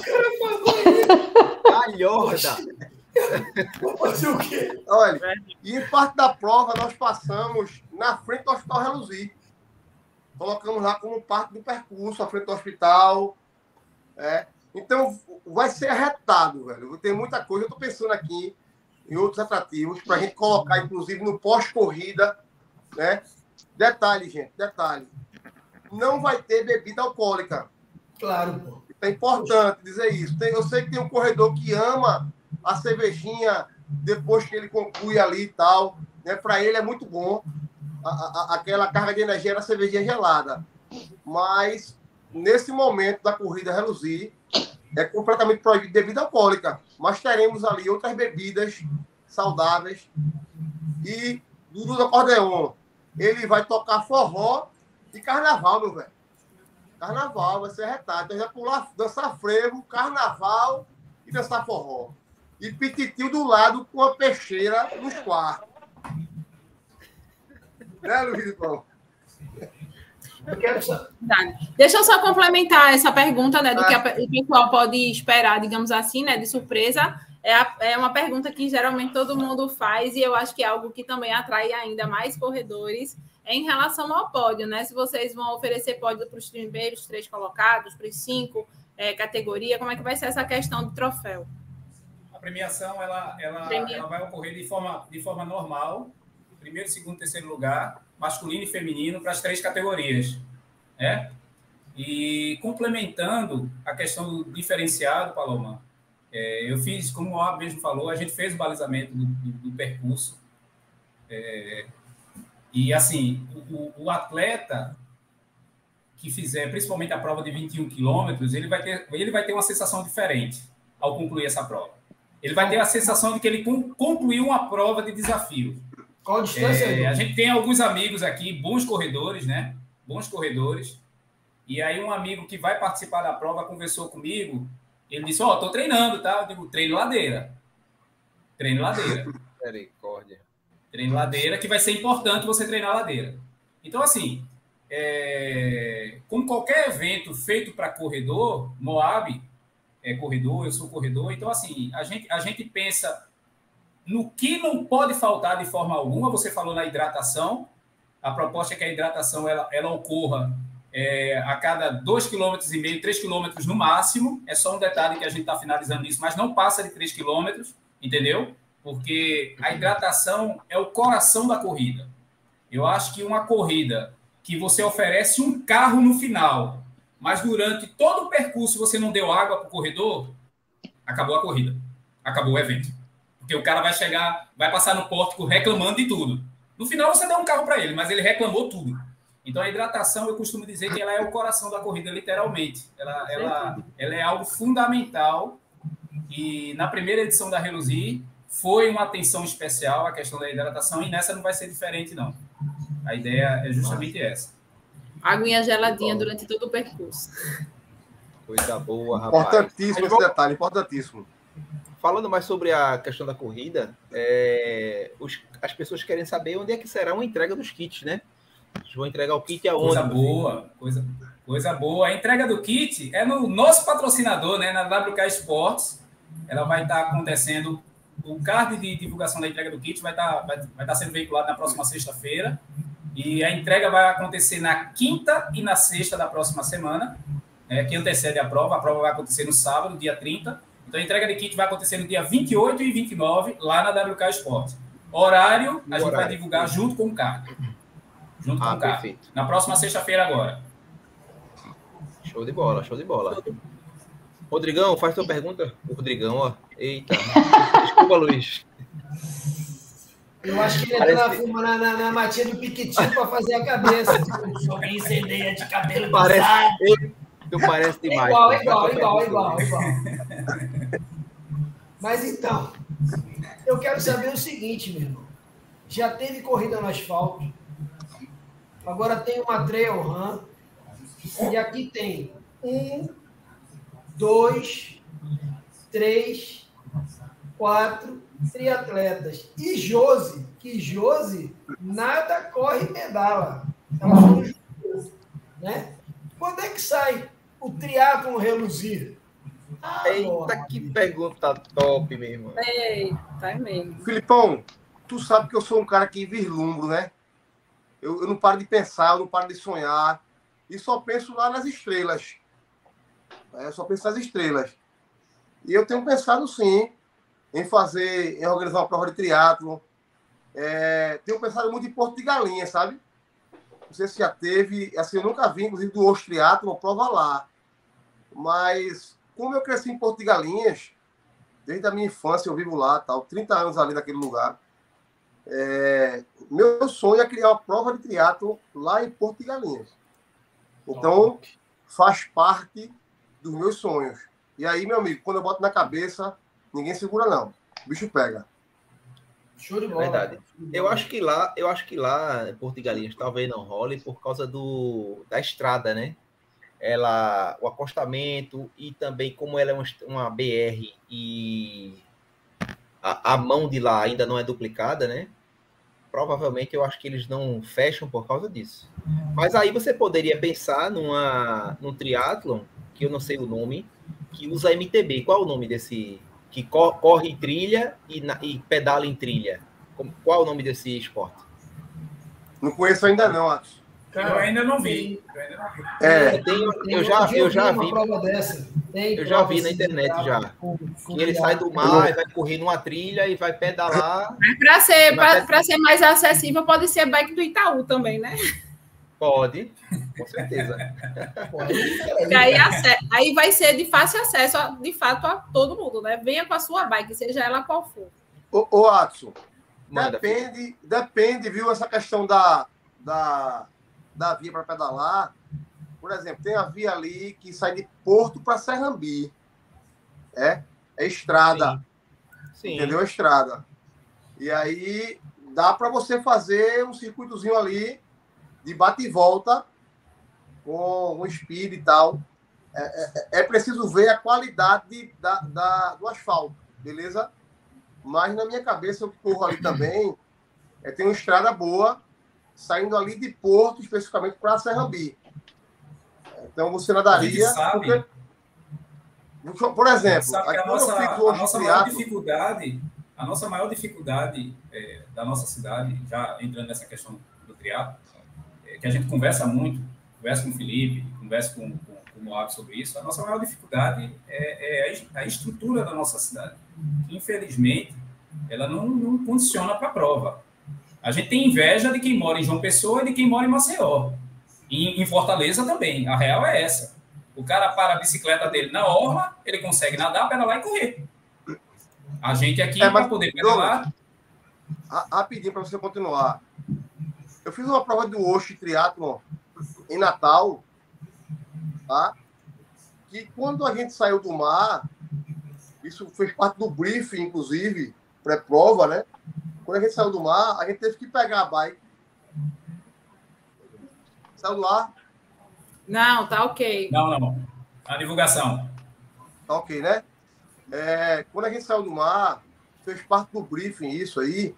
Galhorda. Vou fazer o quê? Olha, e em parte da prova nós passamos na frente do Hospital Reluzir. Colocamos lá como parte do percurso, à frente do hospital. É. Então, vai ser arretado, velho. Tem muita coisa. Eu estou pensando aqui em outros atrativos para a gente colocar, inclusive, no pós-corrida, né? Detalhe, gente, detalhe. Não vai ter bebida alcoólica. Claro, pô. É importante dizer isso. Tem- eu sei que tem um corredor que ama a cervejinha depois que ele conclui ali e tal. Né? Para ele é muito bom. A, a- aquela carga de energia da cervejinha gelada. Mas, nesse momento da corrida Reluzir, é completamente proibido bebida alcoólica. Mas teremos ali outras bebidas saudáveis. E Dudu do Acordeon, ele vai tocar forró e carnaval, meu velho. Carnaval, vai ser arretado. Então, vai pular, dançar frevo, carnaval e dançar forró. E Pititio do lado com a peixeira nos quartos. Né, Luiz Paulo? Eu quero só... Deixa eu só complementar essa pergunta, né, do que a, o pessoal pode esperar, digamos assim, né, de surpresa. É, a, é uma pergunta que geralmente todo mundo faz e eu acho que é algo que também atrai ainda mais corredores em relação ao pódio, né? Se vocês vão oferecer pódio para os primeiros três colocados, para os cinco é, categoria, como é que vai ser essa questão do troféu? A premiação ela, ela, Premia. ela vai ocorrer de forma, de forma normal, primeiro, segundo, terceiro lugar, masculino e feminino, para as três categorias. Né? E complementando a questão do diferenciado, Paloma, é, eu fiz, como o Ab mesmo falou, a gente fez o balizamento do, do, do percurso. É, e, assim, o, o atleta que fizer, principalmente a prova de vinte e um quilômetros, ele vai ter, ele vai ter uma sensação diferente ao concluir essa prova. Ele vai ter a sensação de que ele concluiu uma prova de desafio. Qual a distância? É, a gente tem alguns amigos aqui, bons corredores, né? Bons corredores. E aí um amigo que vai participar da prova conversou comigo. Ele disse, ó, oh, tô treinando, tá? Eu digo, treino ladeira. Treino ladeira. Misericórdia. Treino ladeira, que vai ser importante você treinar ladeira. Então, assim, é... como qualquer evento feito para corredor, Moab é corredor, eu sou corredor. Então, assim, a gente, a gente pensa no que não pode faltar de forma alguma. Você falou na hidratação. A proposta é que a hidratação ela, ela ocorra é, a cada dois vírgula cinco quilômetros, três quilômetros no máximo. É só um detalhe que a gente está finalizando isso, mas não passa de três quilômetros, entendeu? Porque a hidratação é o coração da corrida. Eu acho que uma corrida que você oferece um carro no final, mas durante todo o percurso você não deu água para o corredor, acabou a corrida, acabou o evento. Porque o cara vai chegar, vai passar no pórtico reclamando de tudo. No final você deu um carro para ele, mas ele reclamou tudo. Então a hidratação, eu costumo dizer que ela é o coração da corrida, literalmente. Ela, ela, ela é algo fundamental. E na primeira edição da Reluzir foi uma atenção especial a questão da hidratação, e nessa não vai ser diferente, não. A ideia é justamente essa. Aguinha geladinha durante todo o percurso. Coisa boa, rapaz. Importantíssimo esse detalhe, importantíssimo. Falando mais sobre a questão da corrida, é, os, as pessoas querem saber onde é que será uma entrega dos kits, né? Eles vão entregar o kit aonde? Coisa boa, coisa, coisa boa. A entrega do kit é no nosso patrocinador, né? Na W K Sports. Ela vai estar acontecendo. O card de divulgação da entrega do kit vai estar, vai, vai estar sendo veiculado na próxima sexta-feira. E a entrega vai acontecer na quinta e na sexta da próxima semana, é, que antecede a prova. A prova vai acontecer no sábado, dia trinta. Então, a entrega de kit vai acontecer no dia vinte e oito e vinte e nove, lá na W K Sports. Horário, a gente vai divulgar junto com o card. Junto ah, com o card. Perfeito. Na próxima sexta-feira agora. Show de bola, show de bola. Rodrigão, faz tua pergunta. O Rodrigão, ó. Eita. Desculpa, Luiz. Eu acho que ele Parece... entrou na, na, na, na matinha do Piquitinho para fazer a cabeça. Alguém incendeia de cabelo parece, ele, Tu parece demais. Igual, igual, igual, igual, igual. Mas então, eu quero saber o seguinte, meu irmão. Já teve corrida no asfalto. Agora tem uma trail run. E aqui tem um, dois, três, quatro triatletas. E Josi, que Josi nada corre e pedala. Ela só no jogo, né? Quando é que sai o triatlon Reluzir? Ah, eita, que pergunta top, meu irmão. Eita, é mesmo. Filipão, tu sabe que eu sou um cara que vislumbro, né? Eu, eu não paro de pensar, eu não paro de sonhar. E só penso lá nas estrelas. É, eu só penso nas estrelas. E eu tenho pensado, sim, em fazer, em organizar uma prova de triatlon. É, tenho pensado muito em Porto de Galinha, sabe? Não sei se já teve, assim, eu nunca vi, inclusive, do Osso Triatlon, uma prova lá. Mas, como eu cresci em Porto de Galinhas, desde a minha infância eu vivo lá, tal, trinta anos ali naquele lugar, é, meu sonho é criar uma prova de triatlon lá em Porto de Galinhas. Então, faz parte dos meus sonhos. E aí, meu amigo, quando eu boto na cabeça, ninguém segura, não. O bicho pega. Show de bola. Verdade. Eu acho que lá, eu acho que lá, em Porto de Galinhas, talvez não role por causa do, da estrada, né? Ela, o acostamento e também como ela é uma, uma B R e a, a mão de lá ainda não é duplicada, né? Provavelmente eu acho que eles não fecham por causa disso. Mas aí você poderia pensar numa, num triatlon, que eu não sei o nome, que usa M T B. Qual é o nome desse... que corre em trilha e, na, e pedala em trilha? Qual é o nome desse esporte? Não conheço ainda não, Atos. Eu ainda não vi. Eu, ainda não vi. É, tem, eu já, eu já vi. Eu já vi na internet já. Que ele sai do mar e vai correr numa trilha e vai pedalar. Para ser, para ser mais acessível, pode ser bike do Itaú também, né? Pode, com certeza. Pode. Aí, aí vai ser de fácil acesso, de fato, a todo mundo, né? Venha com a sua bike, seja ela qual for. Ô, ô Adson, depende, depende, viu, essa questão da, da, da via para pedalar. Por exemplo, tem a via ali que sai de Porto para Serrambi. É? É estrada. Sim. Sim. Entendeu? Estrada. E aí dá para você fazer um circuitozinho ali de bate e volta com um speed e tal. É, é, é preciso ver a qualidade da, da, do asfalto, beleza? Mas na minha cabeça eu corro ali também, é, tem uma estrada boa, saindo ali de Porto, especificamente para Serrambi. Então você nadaria... Porque, por exemplo, a, a, nossa, a, nossa maior dificuldade, a nossa maior dificuldade é, da nossa cidade, já entrando nessa questão do triatlo, é, que a gente conversa muito, conversa com o Felipe, conversa com, com, com o Moab sobre isso, a nossa maior dificuldade é, é a estrutura da nossa cidade. Infelizmente, ela não, não condiciona para a prova. A gente tem inveja de quem mora em João Pessoa e de quem mora em Maceió. E em Fortaleza também. A real é essa. O cara para a bicicleta dele na orla, ele consegue nadar, pedalar e correr. A gente aqui, é, para poder pedalar... Rapidinho, para você continuar. Eu fiz uma prova do Osh Triathlon em Natal, tá? Que quando a gente saiu do mar, isso fez parte do briefing, inclusive, pré-prova, né? Quando a gente saiu do mar, a gente teve que pegar a bike. Saiu do ar? Não, tá ok. Não, não. A divulgação. Tá ok, né? É, quando a gente saiu do mar, fez parte do briefing isso aí,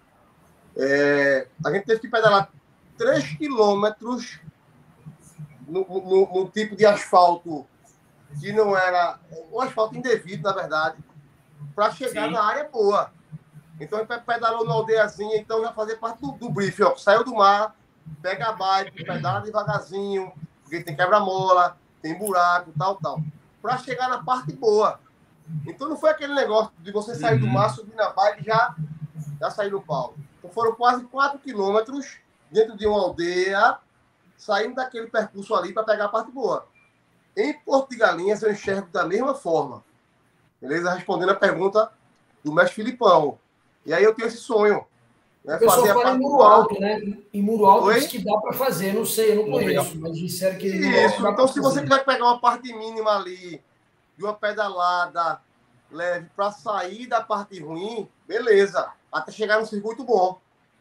é, a gente teve que pedalar três quilômetros no, no, no tipo de asfalto que não era... Um asfalto indevido, na verdade, para chegar Sim. na área boa. Então, a gente pedalou na aldeiazinha, então já fazia parte do, do briefing. Ó. Saiu do mar, pega a bike, pedala devagarzinho, porque tem quebra-mola, tem buraco, tal, tal. Para chegar na parte boa. Então, não foi aquele negócio de você sair do mar, subir na bike e já, já sair no pau. Então, foram quase quatro quilômetros dentro de uma aldeia, saindo daquele percurso ali para pegar a parte boa. Em Porto de Galinhas, eu enxergo da mesma forma. Beleza? Respondendo a pergunta do mestre Filipão. E aí eu tenho esse sonho. Né? O pessoal fala em Muro Alto, né? Em Muro Alto diz que dá para fazer. Não sei, eu não conheço, mas disseram que... Isso, então se você tiver que pegar uma parte mínima ali, de uma pedalada leve para sair da parte ruim, beleza. Até chegar no circuito bom.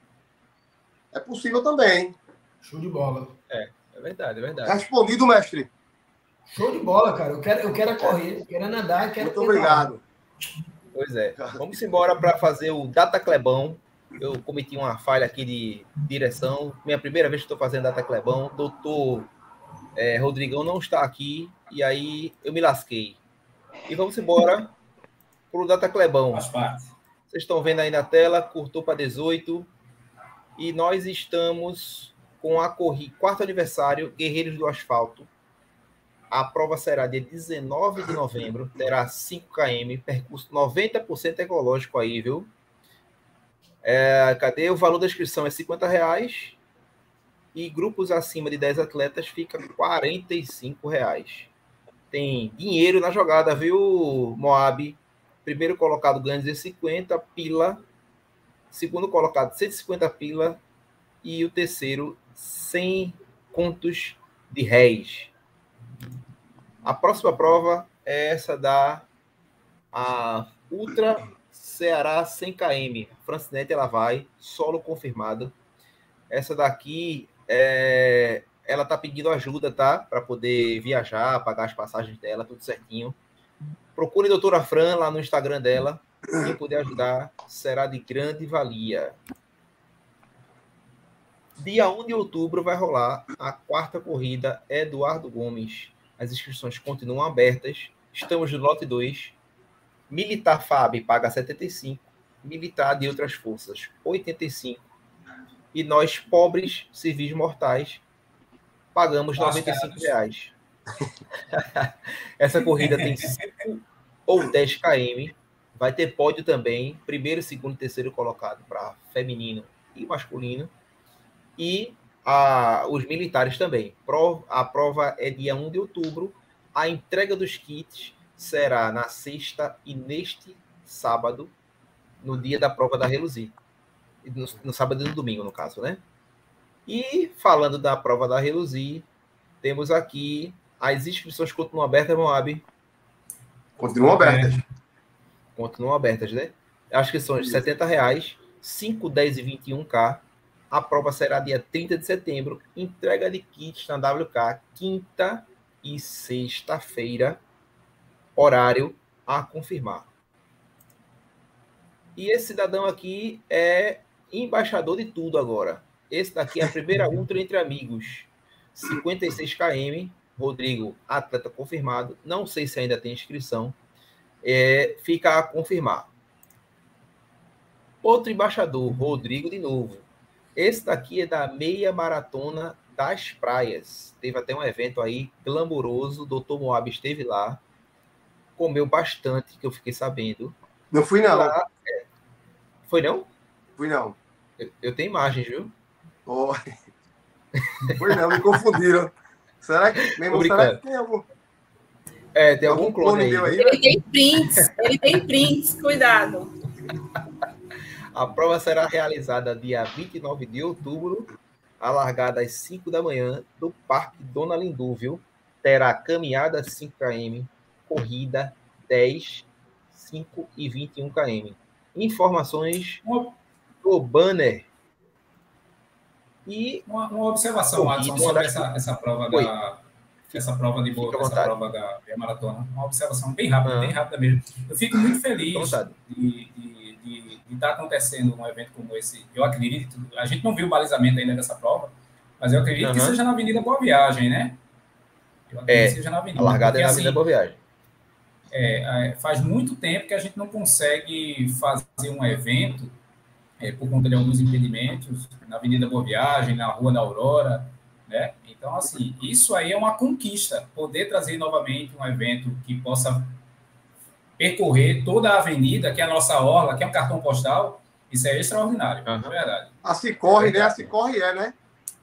É possível também. Show de bola. É, é verdade, é verdade. Respondido, mestre. Show de bola, cara. Eu quero, eu quero correr, eu quero nadar, eu quero... Muito obrigado. Pois é. Vamos embora para fazer o Data Clebão. Eu cometi uma falha aqui de direção. Minha primeira vez que estou fazendo Data Clebão. Doutor é, Rodrigão não está aqui. E aí eu me lasquei. E vamos embora para o Data Clebão. Vocês estão vendo aí na tela. Curtou para dezoito. E nós estamos com a corrida. Quarto aniversário, Guerreiros do Asfalto. A prova será dia dezenove de novembro, terá cinco quilômetros, percurso noventa por cento ecológico aí, viu? É, cadê? O valor da inscrição é cinquenta reais e grupos acima de dez atletas fica quarenta e cinco reais. Tem dinheiro na jogada, viu, Moab? Primeiro colocado ganha duzentos e cinquenta pila, segundo colocado cento e cinquenta pila e o terceiro cem contos de réis. A próxima prova é essa da a Ultra Ceará cem quilômetros. Francinete, ela vai, solo confirmado. Essa daqui, é, ela tá pedindo ajuda, tá? Para poder viajar, pagar as passagens dela, tudo certinho. Procure a doutora Fran lá no Instagram dela. Quem puder ajudar será de grande valia. Dia um de outubro vai rolar a quarta corrida Eduardo Gomes. As inscrições continuam abertas. Estamos no lote dois. Militar F A B paga setenta e cinco. Militar de outras forças, oitenta e cinco. E nós, pobres civis mortais, pagamos noventa e cinco reais. Essa corrida tem cinco ou dez quilômetros. Vai ter pódio também. Primeiro, segundo e terceiro colocado para feminino e masculino. E a, os militares também. A prova é dia um de outubro. A entrega dos kits será na sexta e neste sábado, no dia da prova da Reluzir. No, no sábado e no domingo, no caso, né? E falando da prova da Reluzir, temos aqui as inscrições continuam abertas, Moab? Continuam abertas. É, continuam abertas, né? Acho que são setenta reais, cinco, dez e vinte e um K. A prova será dia trinta de setembro. Entrega de kits na W K, quinta e sexta-feira. Horário a confirmar. E esse cidadão aqui é embaixador de tudo agora. Esse daqui é a primeira ultra entre amigos. cinquenta e seis quilômetros. Rodrigo, atleta confirmado. Não sei se ainda tem inscrição. É, fica a confirmar. Outro embaixador, Rodrigo de novo. Esse daqui é da meia maratona das praias. Teve até um evento aí glamouroso. O doutor Moab esteve lá. Comeu bastante, que eu fiquei sabendo. Não fui, não. Lá, é... Foi, não? Fui, não. Eu, eu tenho imagens, viu? Oh. Pois não, me confundiram. Será que, meu irmão, será que tem algum... É, tem algum, algum clone, clone aí. aí ele tem prints, ele tem prints, cuidado. A prova será realizada dia vinte e nove de outubro, a largada às cinco da manhã, do Parque Dona Lindu, viu? Terá caminhada cinco quilômetros, corrida dez, cinco e vinte e um quilômetros. Informações do banner. E uma, uma observação, corrida, Adson, sobre essa, essa prova Oi. da... essa prova de boa, essa prova da meia maratona. Uma observação bem rápida, uhum. bem rápida mesmo. Eu fico muito feliz de, de, de, de estar acontecendo um evento como esse. Eu acredito, a gente não viu o balizamento ainda dessa prova, mas eu acredito uhum. que seja na Avenida Boa Viagem, né? Eu acredito é, que seja na Avenida. A largada porque, é na Avenida assim, Boa Viagem. É, é, faz muito tempo que a gente não consegue fazer um evento é, por conta de alguns impedimentos na Avenida Boa Viagem, na Rua da Aurora, né? Então, assim, isso aí é uma conquista, poder trazer novamente um evento que possa percorrer toda a avenida, que é a nossa orla, que é um cartão postal, isso é extraordinário, uhum. é verdade. Assim corre, né? Assim corre é, né?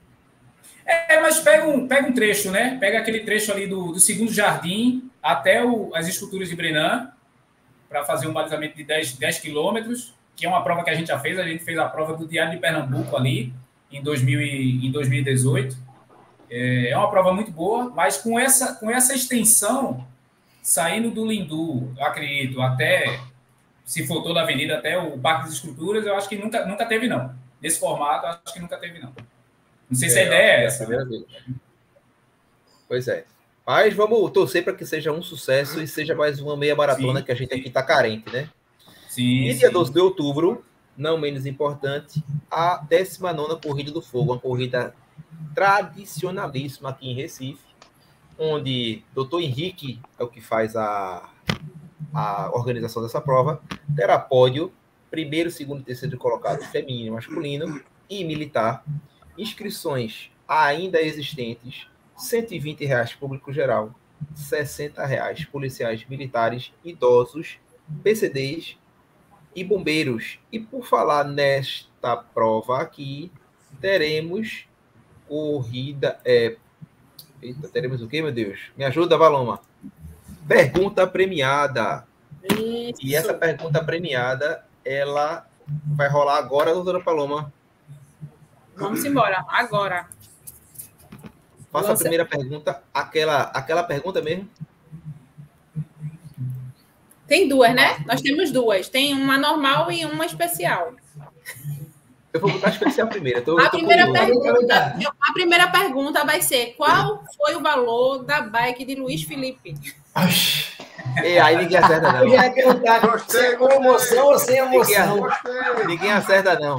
É, mas pega um, pega um trecho, né? Pega aquele trecho ali do, do segundo jardim até o, as esculturas de Brenan, para fazer um balizamento de dez quilômetros, que é uma prova que a gente já fez, a gente fez a prova do Diário de Pernambuco ali, em, dois mil e, em dois mil e dezoito. É uma prova muito boa, mas com essa, com essa extensão, saindo do Lindu, eu acredito, até, se for toda a avenida, até o Parque das Esculturas, eu acho que nunca, nunca teve, não. Nesse formato, eu acho que nunca teve, não. Não sei é, se a ideia é essa. É né? Pois é. Mas vamos torcer para que seja um sucesso e seja mais uma meia maratona sim, que a gente sim. aqui está carente, né? Sim, e dia sim. doze de outubro, não menos importante, a décima nona Corrida do Fogo, uma corrida tradicionalíssima aqui em Recife, onde doutor Henrique é o que faz a, a organização dessa prova, terá pódio, primeiro, segundo e terceiro colocado feminino e masculino e militar, inscrições ainda existentes, cento e vinte reais público geral, sessenta reais policiais militares, idosos, P C Ds e bombeiros. E por falar nesta prova aqui, teremos corrida... É... Eita, teremos o quê, meu Deus? Me ajuda, Valoma. Pergunta premiada. Isso. E essa pergunta premiada, ela vai rolar agora, doutora Paloma. Vamos embora, agora. Faça Você... a primeira pergunta, aquela, aquela pergunta mesmo. Tem duas, né? Nós temos duas. Tem uma normal e uma especial. Eu vou botar a especial primeiro. Tô, a, tô primeira pergunta, a primeira pergunta vai ser: qual foi o valor da bike de Luiz Felipe? E aí ninguém acerta, não. Eu já ia perguntar, gostei, com emoção ou sem emoção? Ninguém, ninguém acerta, não.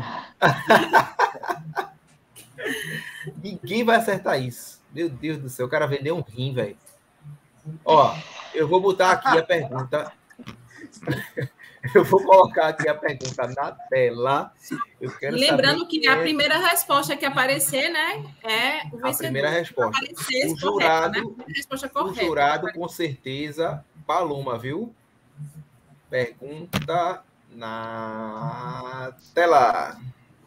Ninguém vai acertar isso. Meu Deus do céu, o cara vendeu um rim, velho. Ó, eu vou botar aqui a pergunta. Eu vou colocar aqui a pergunta na tela. Eu quero Lembrando que a primeira resposta que aparecer, né, é o vencedor. A primeira resposta. O jurado, correta, né? resposta correta, o jurado com certeza, Paloma, viu? Pergunta na tela.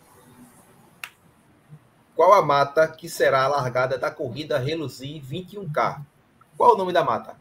Qual a mata que será a largada da corrida Reluzir vinte e um K? Qual o nome da mata?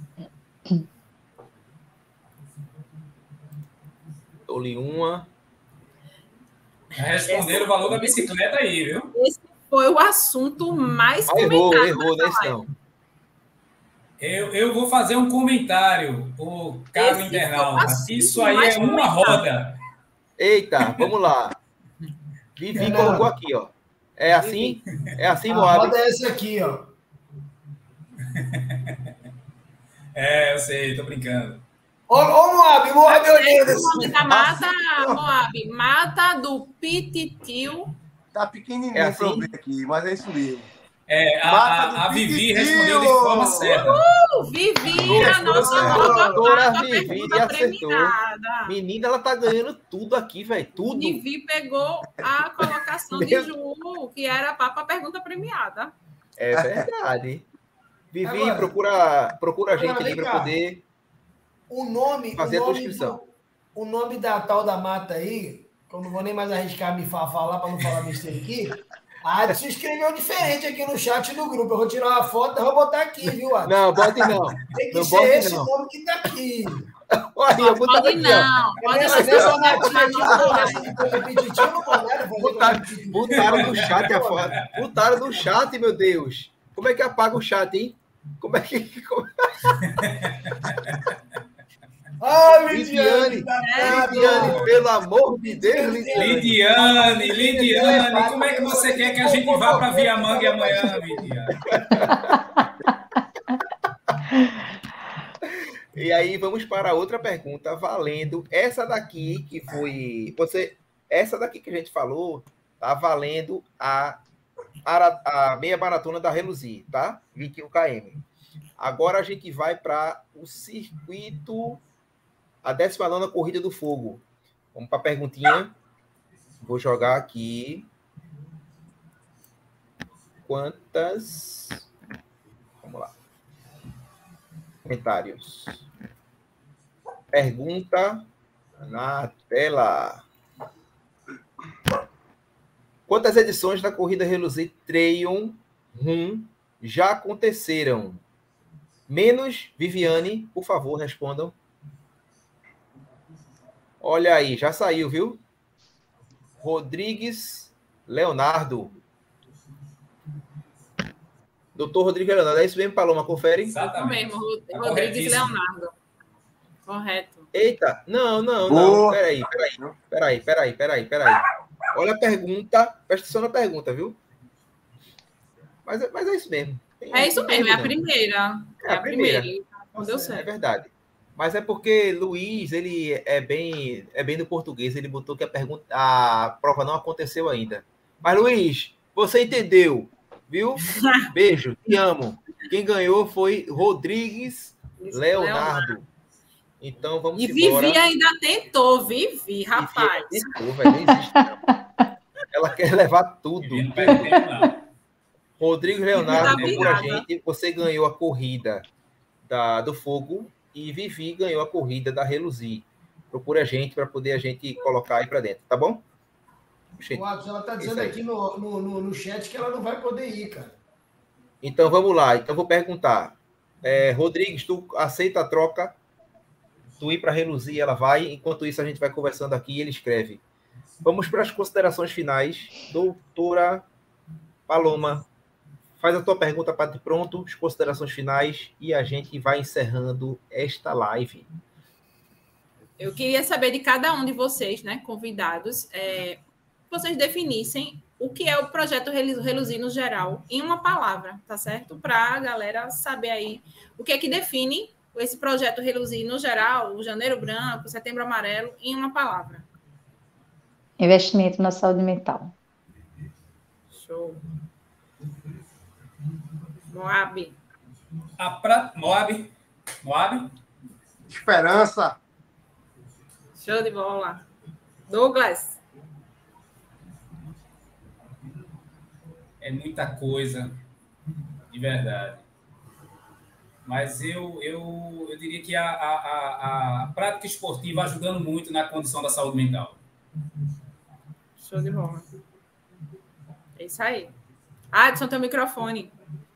Dou-lhe uma. Responderam o valor da bicicleta aí, viu? Esse foi o assunto mais ah, comentado. Errou, errou, nesse não. Eu, eu vou fazer um comentário, o caro internauta. Isso aí é uma roda. Eita, vamos lá. Vivi não. colocou aqui, ó. É assim? É assim, Moab? A roda é essa aqui, ó. É, eu sei, tô brincando. Ô, ô Moab, Moab, eu lindo. O nome da mata, Moab, mata do Pititio. Tá pequenininho é assim? Pra eu ver aqui, mas é isso mesmo. É, a, a, a Vivi respondeu de forma certa. Uh, Vivi, a nossa nova mata Vivi premiada. Menina, ela tá ganhando tudo aqui, velho, tudo. Vivi pegou a colocação de Ju, que era a papa pergunta premiada. É verdade. Vivi, agora, procura, procura a gente ali para poder o nome, fazer o nome a tua inscrição. Do, o nome da tal da mata aí, que eu não vou nem mais arriscar me falar para não falar besteira aqui. A Adson escreveu diferente aqui no chat do grupo. Eu vou tirar uma foto e vou botar aqui, viu, Adson? Não, bote não. Tem que não ser esse não. nome que tá aqui. Olha, eu vou pode aqui, não. ó. Pode Essa, não. essa netinha aqui não conversa de coisa repetitiva, não pode Botaram, botaram no chat a foto. Botaram no chat, meu Deus. Como é que apaga o chat, hein? Como é que... Como... Ah, Lidiane, Lidiane, Lidiane, pelo amor de Deus, Lidiane. Lidiane, Lidiane, como é que você quer que a gente vá para Viamanga amanhã, Lidiane? E aí vamos para outra pergunta, valendo essa daqui que foi... Você, essa daqui que a gente falou, tá valendo a, a, a meia maratona da Reluzir, tá? vinte e um quilômetros. Agora a gente vai para o circuito... A décima nona Corrida do Fogo. Vamos para a perguntinha. Vou jogar aqui. Quantas... Vamos lá. Comentários. Pergunta na tela. Quantas edições da Corrida Reluzir Trail Run já aconteceram? Menos Viviane, por favor, respondam. Olha aí, já saiu, viu? Rodrigues Leonardo. Doutor Rodrigues Leonardo, é isso mesmo, Paloma? Confere? Exatamente. Isso mesmo, Rodrigues Leonardo. Correto. Eita, não, não, não. Peraí, peraí, peraí, peraí, peraí, peraí. Olha a pergunta, presta atenção na pergunta, viu? Mas, é- mas é isso mesmo. Tem- É isso não tem mesmo, é a dúvida, não. primeira. É a primeira. Não deu É certo. verdade. Mas é porque Luiz, ele é bem, é bem do português, ele botou que a pergunta, a prova não aconteceu ainda. Mas Luiz, você entendeu, viu? Beijo, te amo. Quem ganhou foi Rodrigues Leonardo. Então vamos E embora. Vivi ainda tentou, Vivi, rapaz. Vivi tentou, velho, não existe, não. Ela quer levar tudo. Vivi não perde tempo, não. Rodrigo Leonardo, Vivi tá procura a virada. gente. Você ganhou a corrida da, do Fogo e Vivi ganhou a corrida da Reluzir. Procura a gente para poder a gente colocar aí para dentro, tá bom? Gente, O Adson, ela está isso dizendo aí. aqui no, no, no, no chat que ela não vai poder ir, cara. Então vamos lá. Então vou perguntar. É, Rodrigues, tu aceita a troca? Tu ir para Reluzir, ela vai. Enquanto isso, a gente vai conversando aqui e ele escreve. Vamos para as considerações finais. Doutora Paloma, faz a tua pergunta, Pati, pronto, as considerações finais e a gente vai encerrando esta live. Eu queria saber de cada um de vocês, né, convidados, é, vocês definissem o que é o projeto Reluzir no geral, em uma palavra, tá certo? Para a galera saber aí o que é que define esse projeto Reluzir no geral, o Janeiro Branco, o Setembro Amarelo, em uma palavra. Investimento na saúde mental. Show. Moab. A pra... Moab. Moab. Esperança. Show de bola. Douglas. É muita coisa, de verdade. Mas eu, eu, eu diria que a, a, a, a prática esportiva ajudando muito na condição da saúde mental. Show de bola. É isso aí. Adson, teu microfone.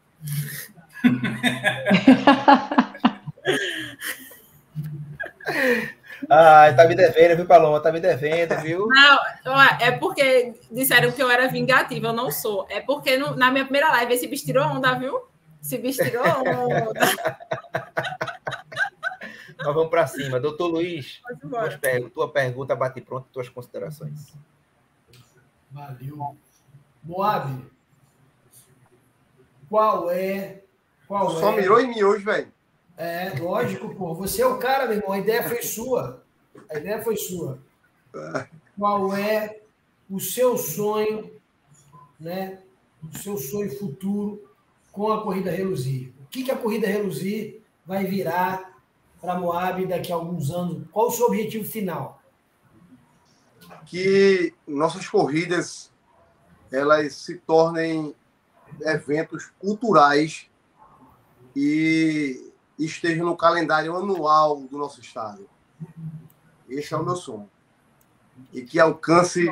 Ah, tá me devendo, viu, Paloma? Tá me devendo, viu? Não, ó, é porque disseram que eu era vingativa, eu não sou. É porque no- na minha primeira live esse bicho tirou onda, viu? Esse bicho tirou onda. Nós vamos para cima. Doutor Luiz, Pode ir tuas embora. per- tua pergunta bate pronto, tuas considerações. Valeu. Moab, qual é... Qual Só é... mirou em mim hoje, velho. É, lógico, pô. Você é o cara, meu irmão. A ideia foi sua. A ideia foi sua. Qual é o seu sonho, né? O seu sonho futuro com a Corrida Reluzir? O que, que a Corrida Reluzir vai virar para a Moab daqui a alguns anos? Qual o seu objetivo final? Que nossas corridas elas se tornem eventos culturais e estejam no calendário anual do nosso estado. Esse é o meu sonho. e que alcance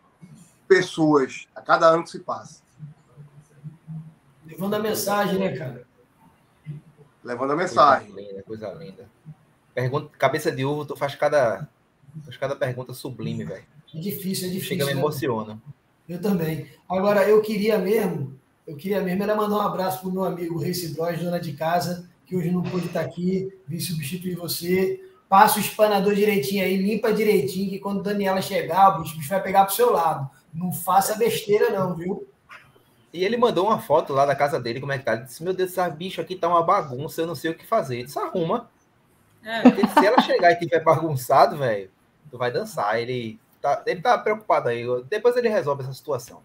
pessoas a cada ano que se passa. Levando a mensagem, né, cara? Levando a mensagem. Coisa linda, coisa linda. Pergunta, cabeça de ovo, tu faz cada, faz cada pergunta sublime, velho. É difícil, é difícil. Chega, me né? emociona. Eu também. Agora, eu queria mesmo, eu queria mesmo era mandar um abraço pro meu amigo Race Bros, dona de casa, que hoje não pôde estar aqui, vim substituir você. Passa o espanador direitinho aí, limpa direitinho, que quando a Daniela chegar, o bicho, o bicho vai pegar pro seu lado. Não faça besteira não, viu? E ele mandou uma foto lá da casa dele, como é que tá? Ele disse, meu Deus, esse bicho aqui tá uma bagunça, eu não sei o que fazer. Ele disse, arruma. É. Porque se ela chegar e tiver bagunçado, velho, tu vai dançar. Ele tá, ele tá preocupado aí. Depois ele resolve essa situação.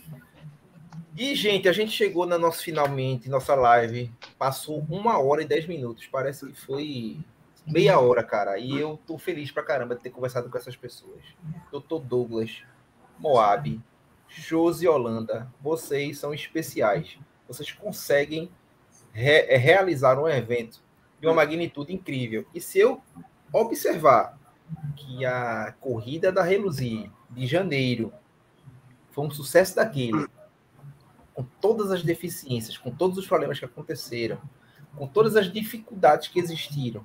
E, gente, a gente chegou na nossa, finalmente, nossa live. Passou uma hora e dez minutos. Parece que foi meia hora, cara. E eu tô feliz pra caramba de ter conversado com essas pessoas. doutor Douglas, Moab, Josi Holanda, vocês são especiais. Vocês conseguem re- realizar um evento de uma magnitude incrível. E se eu observar que a corrida da Reluzir de janeiro foi um sucesso daquele, com todas as deficiências, com todos os problemas que aconteceram, com todas as dificuldades que existiram,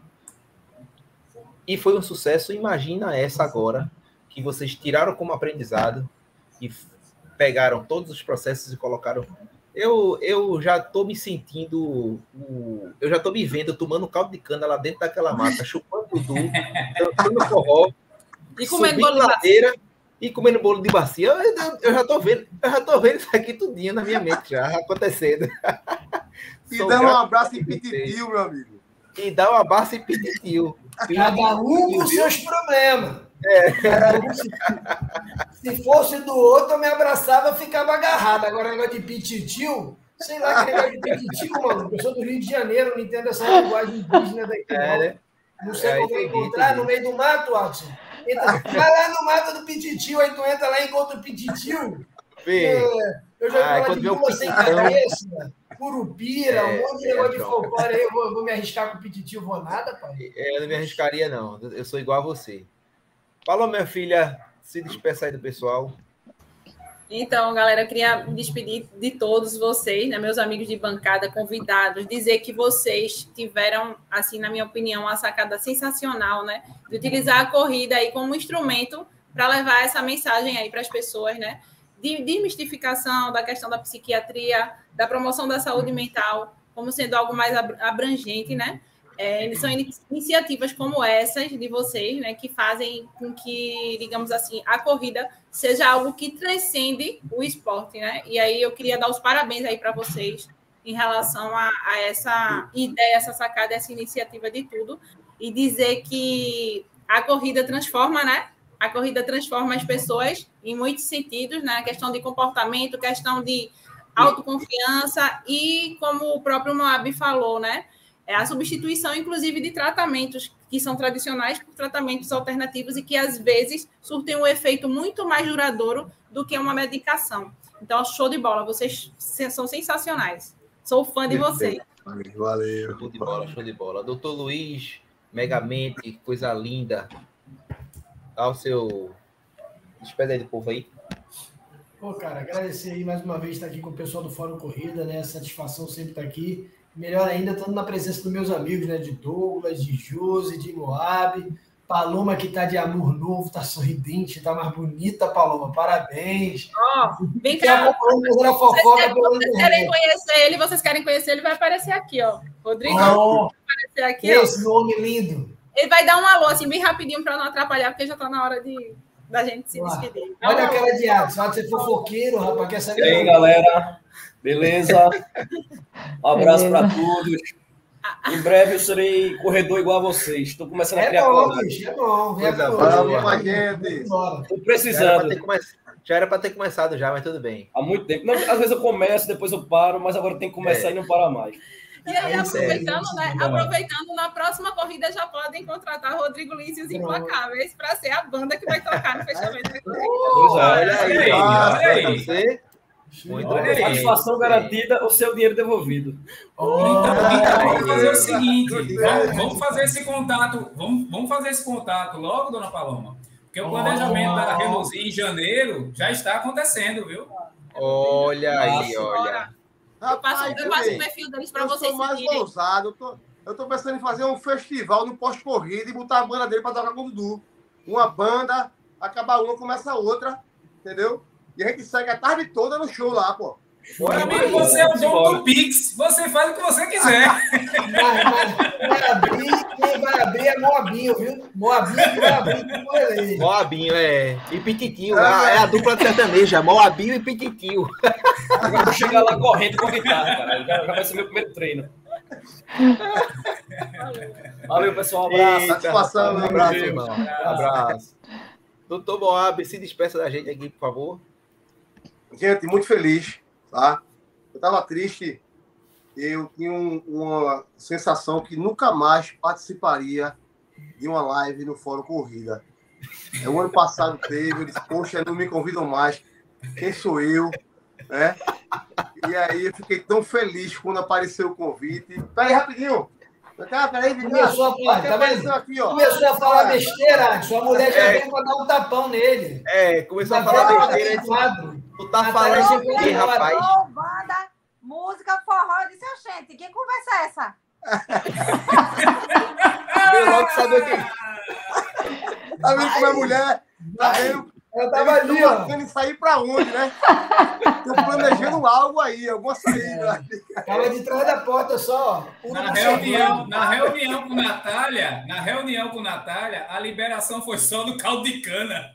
e foi um sucesso, imagina essa agora, que vocês tiraram como aprendizado e pegaram todos os processos e colocaram... Eu, eu já estou me sentindo... O, eu já estou me vendo tomando caldo de cana lá dentro daquela mata, chupando tudo, dançando forró, e comendo bolo de ladeira, e comendo bolo de bacia. Eu, eu, eu já estou vendo, eu já estou vendo isso aqui tudinho na minha mente já, acontecendo. E dá um abraço em Pititio, meu amigo. E dá um abraço em Pititio. Cada um com seus problemas. É. Se, se fosse do outro, eu me abraçava e ficava agarrado. Agora, negócio de pititio, sei lá que negócio de pititio, mano. Eu sou do Rio de Janeiro, não entendo essa linguagem indígena daqui. É, né? Não sei é, como entendi, encontrar entendi. No meio do mato, Watson. Entra, vai lá no mato do pititio, aí tu entra lá e encontra o pititio. É, eu já ah, falo de Lula sem cabeça, Curupira, é, um monte de negócio é, de folclore aí. Eu vou, vou me arriscar com o pititio, vou nada, pai. Eu não me arriscaria, não. Eu sou igual a você. Falou, minha filha, se despeça aí do pessoal. Então, galera, eu queria me despedir de todos vocês, né, meus amigos de bancada, convidados, dizer que vocês tiveram, assim, na minha opinião, uma sacada sensacional, né, de utilizar a corrida aí como instrumento para levar essa mensagem aí para as pessoas, né, de desmistificação da questão da psiquiatria, da promoção da saúde mental, como sendo algo mais abrangente, né. É, são iniciativas como essas de vocês, né, que fazem com que, digamos assim, a corrida seja algo que transcende o esporte, né? E aí eu queria dar os parabéns aí para vocês em relação a, a essa ideia, essa sacada, essa iniciativa de tudo, e dizer que a corrida transforma, né? A corrida transforma as pessoas em muitos sentidos, né? Questão de comportamento, questão de autoconfiança e, como o próprio Moab falou, né? É a substituição, inclusive, de tratamentos que são tradicionais por tratamentos alternativos e que, às vezes, surtem um efeito muito mais duradouro do que uma medicação. Então, show de bola. Vocês são sensacionais. Sou fã de vocês. Valeu. Show de bola, show de bola. doutor Luiz, Megamente, coisa linda. Dá o seu... Despede aí do povo aí. Pô, cara, agradecer aí mais uma vez estar aqui com o pessoal do Fórum Corrida, né? Satisfação sempre estar aqui. Melhor ainda, estando na presença dos meus amigos, né? De Douglas, de Josi, de Moab, Paloma, que tá de amor novo, tá sorridente, tá mais bonita, Paloma. Parabéns. Ó, oh, vem cá. Vocês, vocês, vocês querem conhecer ele, vocês querem conhecer ele, vai aparecer aqui, ó. Rodrigo, oh, vai aparecer aqui, esse ó. nome lindo. Ele vai dar um alô, assim, bem rapidinho, para não atrapalhar, porque já tá na hora de, da gente se Ué, despedir. Olha a cara de Adson, Adson é fofoqueiro, rapaz, quer saber? E aí, galera? Beleza? Um abraço para todos. Em breve eu serei corredor igual a vocês. Estou começando é a criar bom, bicho, é bom. É bom. Vamos, gente. Estou precisando. Já era para ter começado já, mas tudo bem. Há muito tempo. Não, às vezes eu começo, depois eu paro, mas agora tem que começar é. e não parar mais. E aí, aproveitando, é, né? Aproveitando, na próxima corrida já podem contratar Rodrigo Lins e os Implacáveis para ser a banda que vai tocar no fechamento da corrida. Oh, olha aí, olha aí. Você... Muito Olha, satisfação garantida, o seu dinheiro devolvido. Oh, então, então, vamos fazer o seguinte: vamos, vamos fazer esse contato, vamos, vamos fazer esse contato logo, dona Paloma, Porque o planejamento oh. da Reluzir em janeiro já está acontecendo, viu? Olha aí, olha. Eu passo, eu passo o perfil deles para vocês. Eu sou mais ousado. Eu tô, eu tô pensando em fazer um festival no pós-corrida e botar a banda dele para tocar com o Dudu. Uma banda, acabar uma, começa a outra, entendeu? E a gente segue a tarde toda no show lá, pô. Bora, amigo, você é o dono do Pix. Você faz o que você quiser. Vai, vai, vai abrir, quem vai abrir é Moabinho, viu? Moabinho que vai abrir com ele. Moabinho, é. E Pititinho. É, é a dupla sertaneja. Moabinho e Pititinho. Eu vou chegar lá correndo com guitarra, cara. Já vai ser meu primeiro treino. Valeu, pessoal. Um abraço. Eita, satisfação. Um abraço, irmão. Um abraço. Doutor Moab, se despeça da gente aqui, por favor. Gente, muito feliz, tá? Eu estava triste. Eu tinha um, uma sensação que nunca mais participaria de uma live no Fórum Corrida. É, o ano passado teve, eu disse, poxa, não me convidam mais. Quem sou eu? Né? E aí eu fiquei tão feliz quando apareceu o convite. Peraí, rapidinho. Cara, peraí, começou a falar, tá vendo? Aqui, ó. Começou a falar besteira, sua mulher já é. veio para dar um tapão nele. É, começou a falar besteira. Tu tá falando o quê, rapaz? Oh, banda, música, forró. Eu disse, gente, que conversa é essa? Eu logo sabia que... Tá vendo como é mulher? Tá vendo? Eu tava ali, ó. Pensando em sair pra onde, né? Tô planejando algo aí, alguma saída. É. Tava de trás da porta só. Na reunião, na reunião com Natália, na reunião com Natália, a liberação foi só do caldo de cana.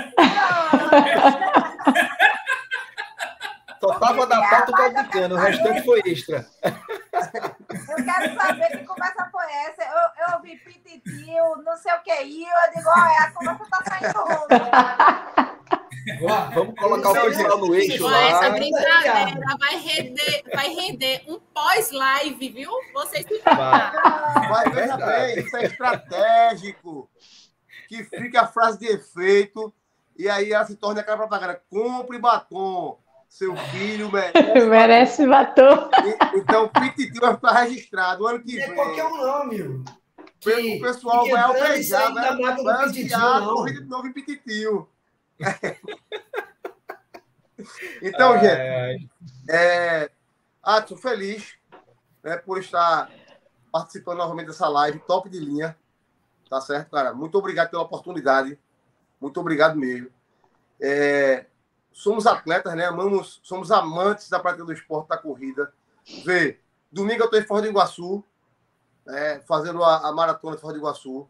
Só tava da pauta o caldo de cana, o restante foi extra. Eu quero saber que conversa foi essa. Eu, eu ouvi Pititinho, não sei o que aí, eu digo, olha, a conversa tá saindo ruim. Vamos colocar o pessoal no eixo lá. Essa brincadeira vai render, vai render um pós-live, viu? Vocês se vai, vai veja bem, isso é estratégico. Que fica a frase de efeito e aí ela se torna aquela propaganda. Compre batom. Seu filho merece, merece batom. Então, o Pititinho vai ficar registrado o ano que vem. Não é qualquer um, não, meu. Que, o pessoal vai almejar, vai, vai ansiar a corrida de novo em Pititinho. Então, ai, gente, ai. É, ah, estou feliz, né, por estar participando novamente dessa live, top de linha. Tá certo, cara? Muito obrigado pela oportunidade. Muito obrigado mesmo. É... Somos atletas, né? Amamos, somos amantes da prática do esporte, da corrida. Vê, domingo eu estou em Foz do Iguaçu, né, fazendo a, a maratona de Foz do Iguaçu.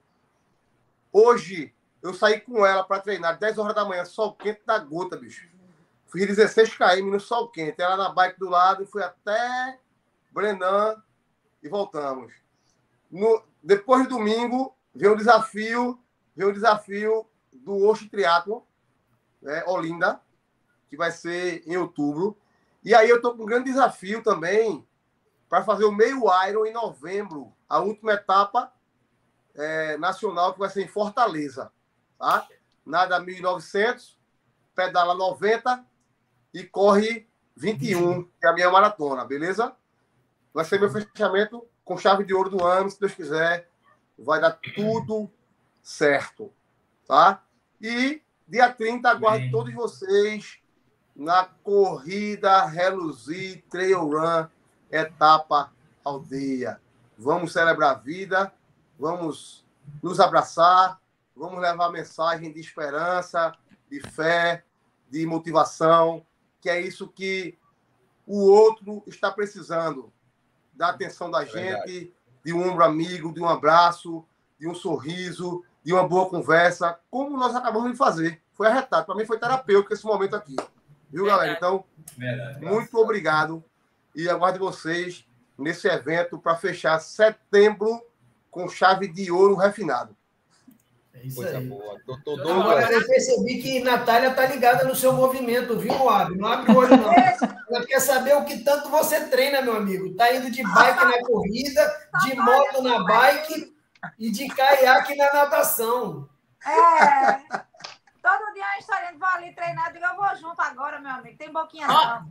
Hoje, eu saí com ela para treinar, dez horas da manhã, sol quente da gota, bicho. Fiz dezesseis quilômetros no sol quente. Ela na bike do lado, fui até Brenan e voltamos. No, depois do domingo, veio um desafio, veio um desafio do Oxi Triathlon, né, Olinda, que vai ser em outubro. E aí eu estou com um grande desafio também para fazer o meio Iron em novembro, a última etapa é, nacional, que vai ser em Fortaleza. Tá? Nada mil e novecentos, pedala noventa e corre vinte e um, que é a minha maratona, beleza? Vai ser meu fechamento com chave de ouro do ano, se Deus quiser. Vai dar tudo certo. Tá? E dia trinta, aguardo todos vocês na corrida Reluzir Trail Run, etapa aldeia. Vamos celebrar a vida, vamos nos abraçar, vamos levar mensagem de esperança, de fé, de motivação, que é isso que o outro está precisando, da atenção da gente, verdade, de um ombro amigo, de um abraço, de um sorriso, de uma boa conversa, como nós acabamos de fazer. Foi arretado. Para mim foi terapêutico esse momento aqui. Viu, verdade, galera? Então, verdade, muito obrigado. E aguardo vocês nesse evento para fechar setembro com chave de ouro refinado. É isso coisa aí. Boa. Doutor Douglas. Agora eu percebi que Natália tá ligada no seu movimento, viu, Moab? Não abre o olho, não. Ela quer saber o que tanto você treina, meu amigo. Tá indo de bike na corrida, de moto na bike e de caiaque na natação. É. Todo dia uma historinha de vou ali treinar, eu digo, eu vou junto agora, meu amigo. Tem boquinha não.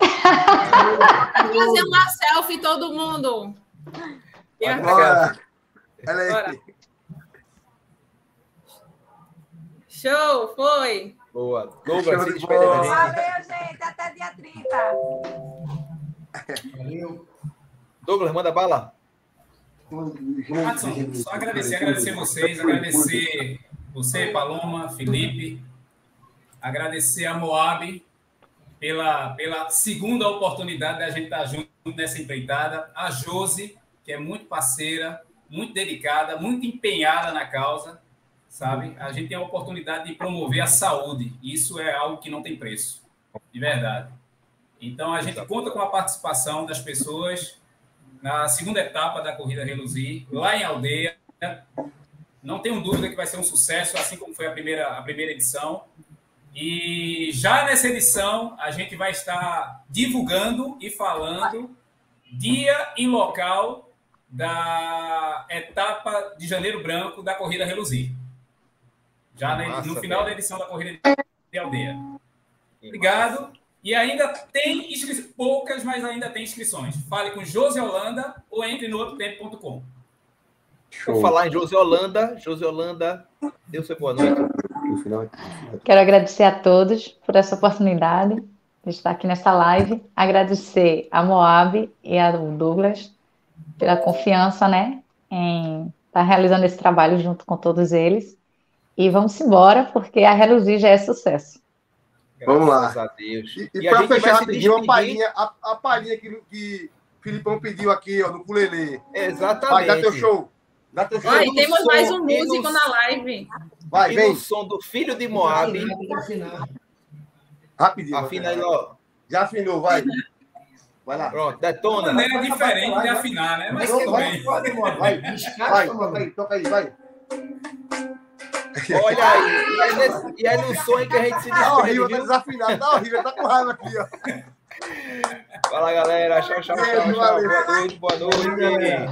Fazer uma selfie, todo mundo. Bora. Ela aí. Show, foi. Boa. Douglas, se despede bola. da gente. Valeu, gente. Até dia trinta. Valeu. Douglas, manda bala. Watson, só agradecer, agradecer vocês, agradecer você, Paloma, Felipe, agradecer a Moab pela, pela segunda oportunidade da gente estar junto nessa empreitada, a Josi, que é muito parceira, muito dedicada, muito empenhada na causa, sabe? A gente tem a oportunidade de promover a saúde, e isso é algo que não tem preço, de verdade. Então, a gente conta com a participação das pessoas na segunda etapa da Corrida Reluzir, lá em Aldeia. Não tenho dúvida que vai ser um sucesso, assim como foi a primeira, a primeira edição. E já nessa edição, a gente vai estar divulgando e falando dia e local da etapa de Janeiro Branco da Corrida Reluzir. Já Nossa, no final da edição da Corrida de Aldeia. Obrigado. E ainda tem inscrições, poucas, mas ainda tem inscrições. Fale com Josi Holanda ou entre no outro tempo ponto com. Vou falar em Josi Holanda. Josi Holanda, deu seu boa noite. Quero agradecer a todos por essa oportunidade de estar aqui nessa live. Agradecer a Moab e ao Douglas pela confiança, né, em estar realizando esse trabalho junto com todos eles. E vamos embora, porque a Reluzir já é sucesso. Vamos lá. Graças a Deus. E, e, E a para gente fechar vai se rapidinho, uma despedir. palhinha, a, a palhinha que, que o Filipão pediu aqui, ó, no ukulele. Exatamente. Vai, dá teu show. Dá teu show. Olha, no temos som, mais um e músico no- na live. Vai, E vem. no som do filho de Moab. Rapidinho. Afina aí, vai. ó. Já afinou, vai. Vai lá. Pronto, Uma detona. maneira diferente de afinar, né? Mas tudo bem. Vai, vai, vai, toca aí, toca aí, vai. Olha aí. E é, nesse- e é no sonho que a gente se Tá despede, horrível, tá viu? desafinado, tá horrível, tá com raiva aqui, ó. Fala, galera. Tchau, tchau, tchau, tchau. Boa noite, boa noite.